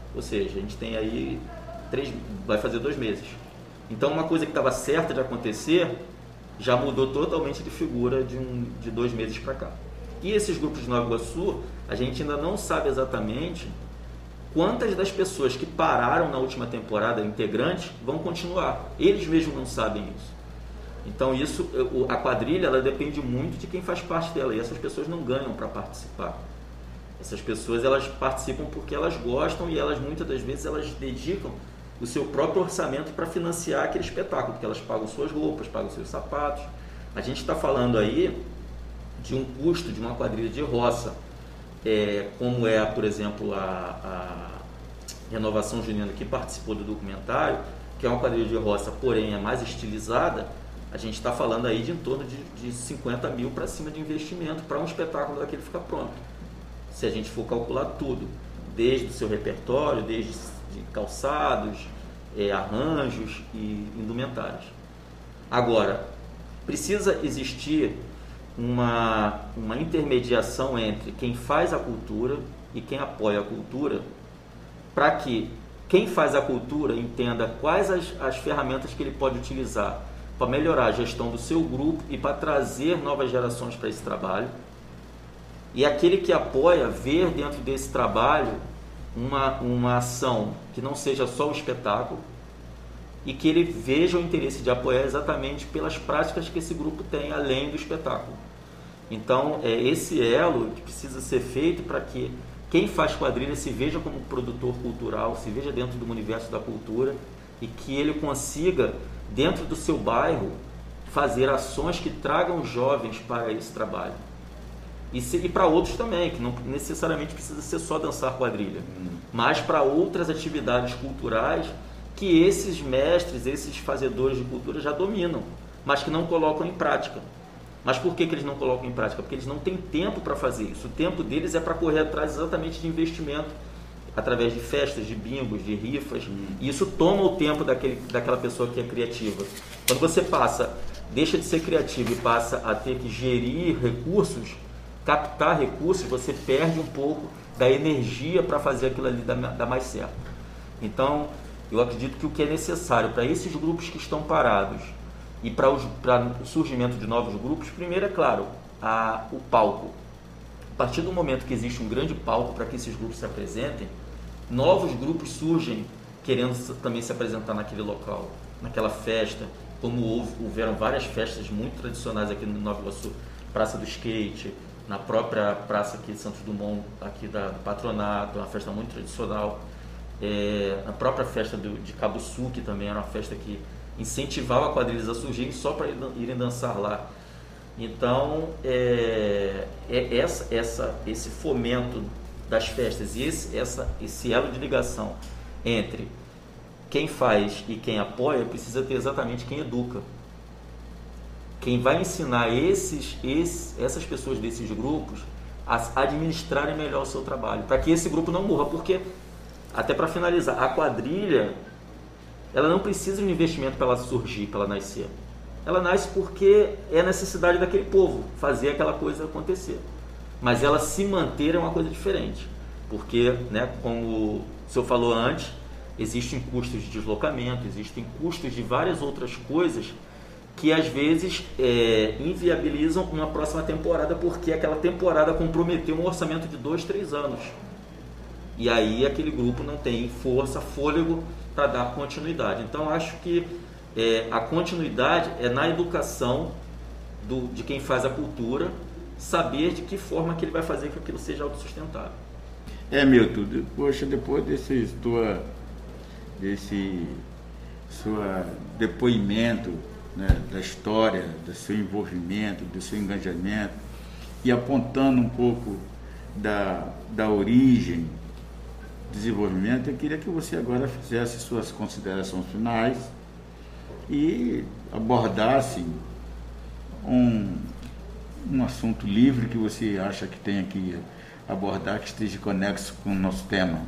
Ou seja, a gente tem aí três, vai fazer dois meses. Então uma coisa que estava certa de acontecer já mudou totalmente de figura de, um, de dois meses para cá. E esses grupos de Nova Iguaçu, a gente ainda não sabe exatamente quantas das pessoas que pararam na última temporada, integrantes, vão continuar. Eles mesmos não sabem isso. Então isso, a quadrilha, ela depende muito de quem faz parte dela, e essas pessoas não ganham para participar. Essas pessoas, elas participam porque elas gostam, e elas muitas das vezes elas dedicam o seu próprio orçamento para financiar aquele espetáculo, porque elas pagam suas roupas, pagam seus sapatos. A gente está falando aí de um custo de uma quadrilha de roça, é, como é, por exemplo, a, a Renovação Junina, que participou do documentário, que é uma quadrilha de roça, porém é mais estilizada. A gente está falando aí de em torno de, de cinquenta mil para cima de investimento para um espetáculo daquele ficar pronto. Se a gente for calcular tudo, desde o seu repertório, desde de calçados, é, arranjos e indumentários. Agora, precisa existir uma, uma intermediação entre quem faz a cultura e quem apoia a cultura, para que quem faz a cultura entenda quais as, as ferramentas que ele pode utilizar para melhorar a gestão do seu grupo e para trazer novas gerações para esse trabalho. E aquele que apoia ver dentro desse trabalho uma, uma ação que não seja só o espetáculo, e que ele veja o interesse de apoiar exatamente pelas práticas que esse grupo tem além do espetáculo. Então, é esse elo que precisa ser feito para que quem faz quadrilha se veja como produtor cultural, se veja dentro do universo da cultura, e que ele consiga, dentro do seu bairro, fazer ações que tragam jovens para esse trabalho. E, se, e para outros também, que não necessariamente precisa ser só dançar quadrilha, hum. mas para outras atividades culturais que esses mestres, esses fazedores de cultura já dominam, mas que não colocam em prática. Mas por que, que eles não colocam em prática? Porque eles não têm tempo para fazer isso. O tempo deles é para correr atrás exatamente de investimento, através de festas, de bingos, de rifas. Hum. E isso toma o tempo daquele, daquela pessoa que é criativa. Quando você passa, deixa de ser criativo e passa a ter que gerir recursos, captar recursos, você perde um pouco da energia para fazer aquilo ali dar, dar mais certo. Então, eu acredito que o que é necessário para esses grupos que estão parados e para, os, para o surgimento de novos grupos, primeiro é claro, a, o palco. A partir do momento que existe um grande palco para que esses grupos se apresentem, novos grupos surgem querendo também se apresentar naquele local, naquela festa, como houve, houveram várias festas muito tradicionais aqui no Nova Iguaçu, Praça do Skate, na própria praça aqui de Santos Dumont, aqui da, do Patronato, uma festa muito tradicional. É, a própria festa do, de Cabo Sul, que também era uma festa que incentivava quadrilhas a surgirem só para irem dançar lá. Então, é, é essa, essa, esse fomento das festas e esse, essa, esse elo de ligação entre quem faz e quem apoia precisa ter exatamente quem educa. Quem vai ensinar esses, esses, essas pessoas desses grupos a administrarem melhor o seu trabalho, para que esse grupo não morra, porque, até para finalizar, a quadrilha, ela não precisa de um investimento para ela surgir, para ela nascer. Ela nasce porque é a necessidade daquele povo, fazer aquela coisa acontecer. Mas ela se manter é uma coisa diferente, porque, né, como o senhor falou antes, existem custos de deslocamento, existem custos de várias outras coisas que às vezes é, inviabilizam uma próxima temporada, porque aquela temporada comprometeu um orçamento de dois, três anos. E aí aquele grupo não tem força, fôlego para dar continuidade. Então acho que é, a continuidade é na educação do, de quem faz a cultura, saber de que forma que ele vai fazer que aquilo seja autossustentável. É, Milton, poxa, depois desse tua, desse sua depoimento, né, da história, do seu envolvimento, do seu engajamento, e apontando um pouco da, da origem, desenvolvimento, eu queria que você agora fizesse suas considerações finais e abordasse um, um assunto livre que você acha que tenha que abordar, que esteja conexo com o nosso tema.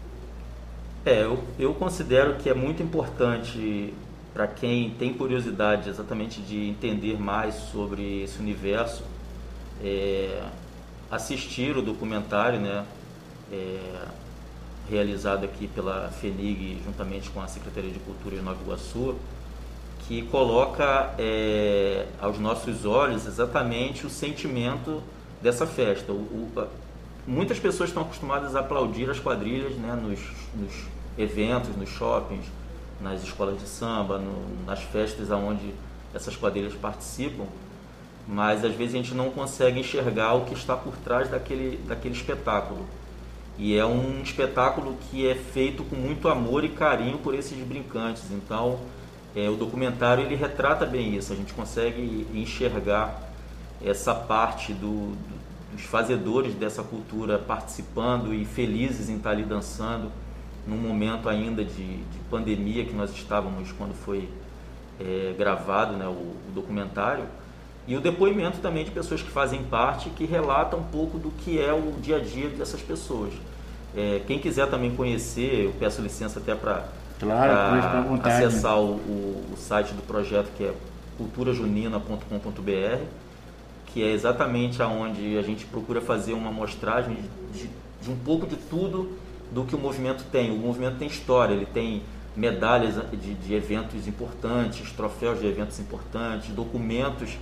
É, eu, eu considero que é muito importante para quem tem curiosidade exatamente de entender mais sobre esse universo, é, assistir o documentário, né, é, realizado aqui pela FENIG, juntamente com a Secretaria de Cultura de Nova Iguaçu, que coloca é, aos nossos olhos exatamente o sentimento dessa festa. O, o, muitas pessoas estão acostumadas a aplaudir as quadrilhas, né, nos, nos eventos, nos shoppings, nas escolas de samba, no, nas festas onde essas quadrilhas participam, mas às vezes a gente não consegue enxergar o que está por trás daquele, daquele espetáculo. E é um espetáculo que é feito com muito amor e carinho por esses brincantes. Então, é, o documentário ele retrata bem isso. A gente consegue enxergar essa parte do, do, dos fazedores dessa cultura participando e felizes em estar ali dançando num momento ainda de, de pandemia que nós estávamos quando foi é, gravado, né, o, o documentário. E o depoimento também de pessoas que fazem parte, que relatam um pouco do que é o dia a dia dessas pessoas. É, quem quiser também conhecer, eu peço licença até para claro, acessar o, o, o site do projeto, que é cultura junina ponto com ponto b r, que é exatamente aonde a gente procura fazer uma amostragem de, de um pouco de tudo do que o movimento tem. O movimento tem história, ele tem medalhas de, de eventos importantes, troféus de eventos importantes, documentos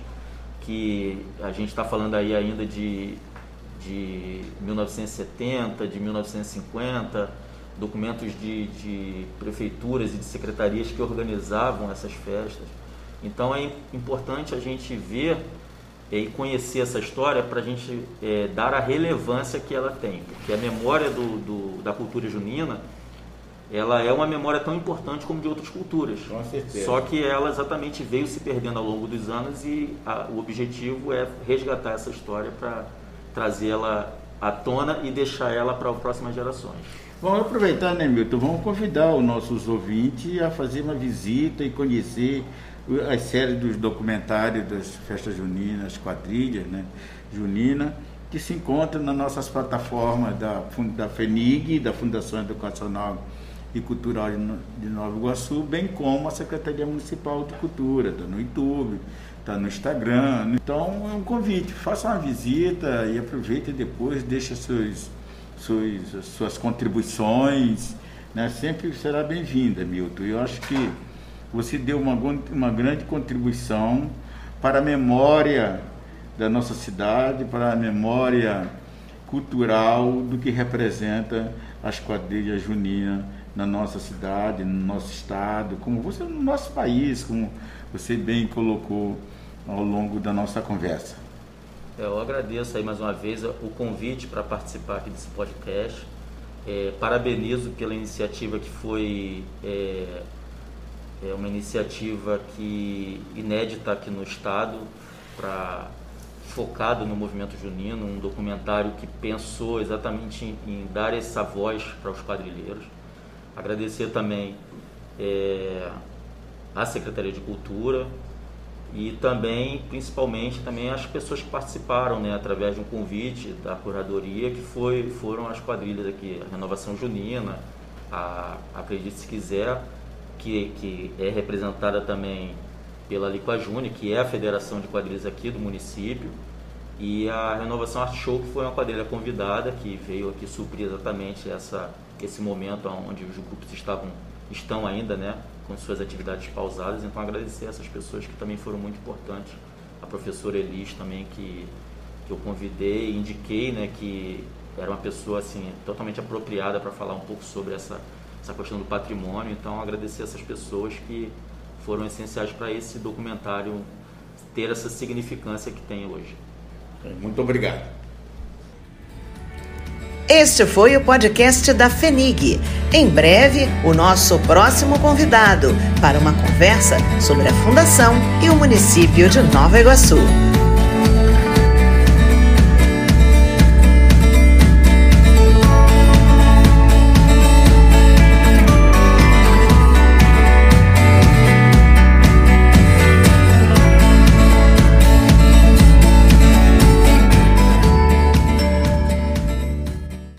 que a gente está falando aí ainda de, de mil novecentos e setenta, de mil novecentos e cinquenta, documentos de, de prefeituras e de secretarias que organizavam essas festas. Então é importante a gente ver e conhecer essa história para a gente é, dar a relevância que ela tem, porque a memória do, do, da cultura junina, ela é uma memória tão importante como de outras culturas. Com certeza. Só que ela exatamente veio se perdendo ao longo dos anos e a, o objetivo é resgatar essa história para trazê-la à tona e deixar ela para as próximas gerações. Vamos aproveitar, né, Milton? Vamos convidar os nossos ouvintes a fazer uma visita e conhecer as séries dos documentários das festas juninas, quadrilhas, né, junina, que se encontram nas nossas plataformas da, da FENIG, da Fundação Educacional e Cultural de Nova Iguaçu, bem como a Secretaria Municipal de Cultura, está no YouTube, está no Instagram. Então é um convite, faça uma visita e aproveite depois, deixe suas, suas, suas contribuições, né? Sempre será bem-vinda, Milton. Eu acho que você deu uma, uma grande contribuição para a memória da nossa cidade, para a memória cultural do que representa as quadrilhas juninas na nossa cidade, no nosso estado, como você no nosso país, como você bem colocou ao longo da nossa conversa. Eu agradeço aí mais uma vez o convite para participar aqui desse podcast. É, parabenizo pela iniciativa que foi é, é uma iniciativa que inédita aqui no estado, para focado no movimento junino, um documentário que pensou exatamente em, em dar essa voz para os quadrilheiros. Agradecer também é, à Secretaria de Cultura e também, principalmente, também as pessoas que participaram, né, através de um convite da curadoria, que foi, foram as quadrilhas aqui, a Renovação Junina, a Acredite Se Quiser, que, que é representada também pela Liquajune, que é a federação de quadrilhas aqui do município, e a Renovação Art Show, que foi uma quadrilha convidada, que veio aqui suprir exatamente essa, esse momento onde os grupos estavam, estão ainda, né, com suas atividades pausadas. Então agradecer a essas pessoas que também foram muito importantes, a professora Elis também, que, que eu convidei, indiquei, né, que era uma pessoa assim, totalmente apropriada para falar um pouco sobre essa, essa questão do patrimônio. Então agradecer a essas pessoas que foram essenciais para esse documentário ter essa significância que tem hoje. Muito obrigado. Este foi o podcast da FENIG. Em breve, o nosso próximo convidado para uma conversa sobre a Fundação e o município de Nova Iguaçu.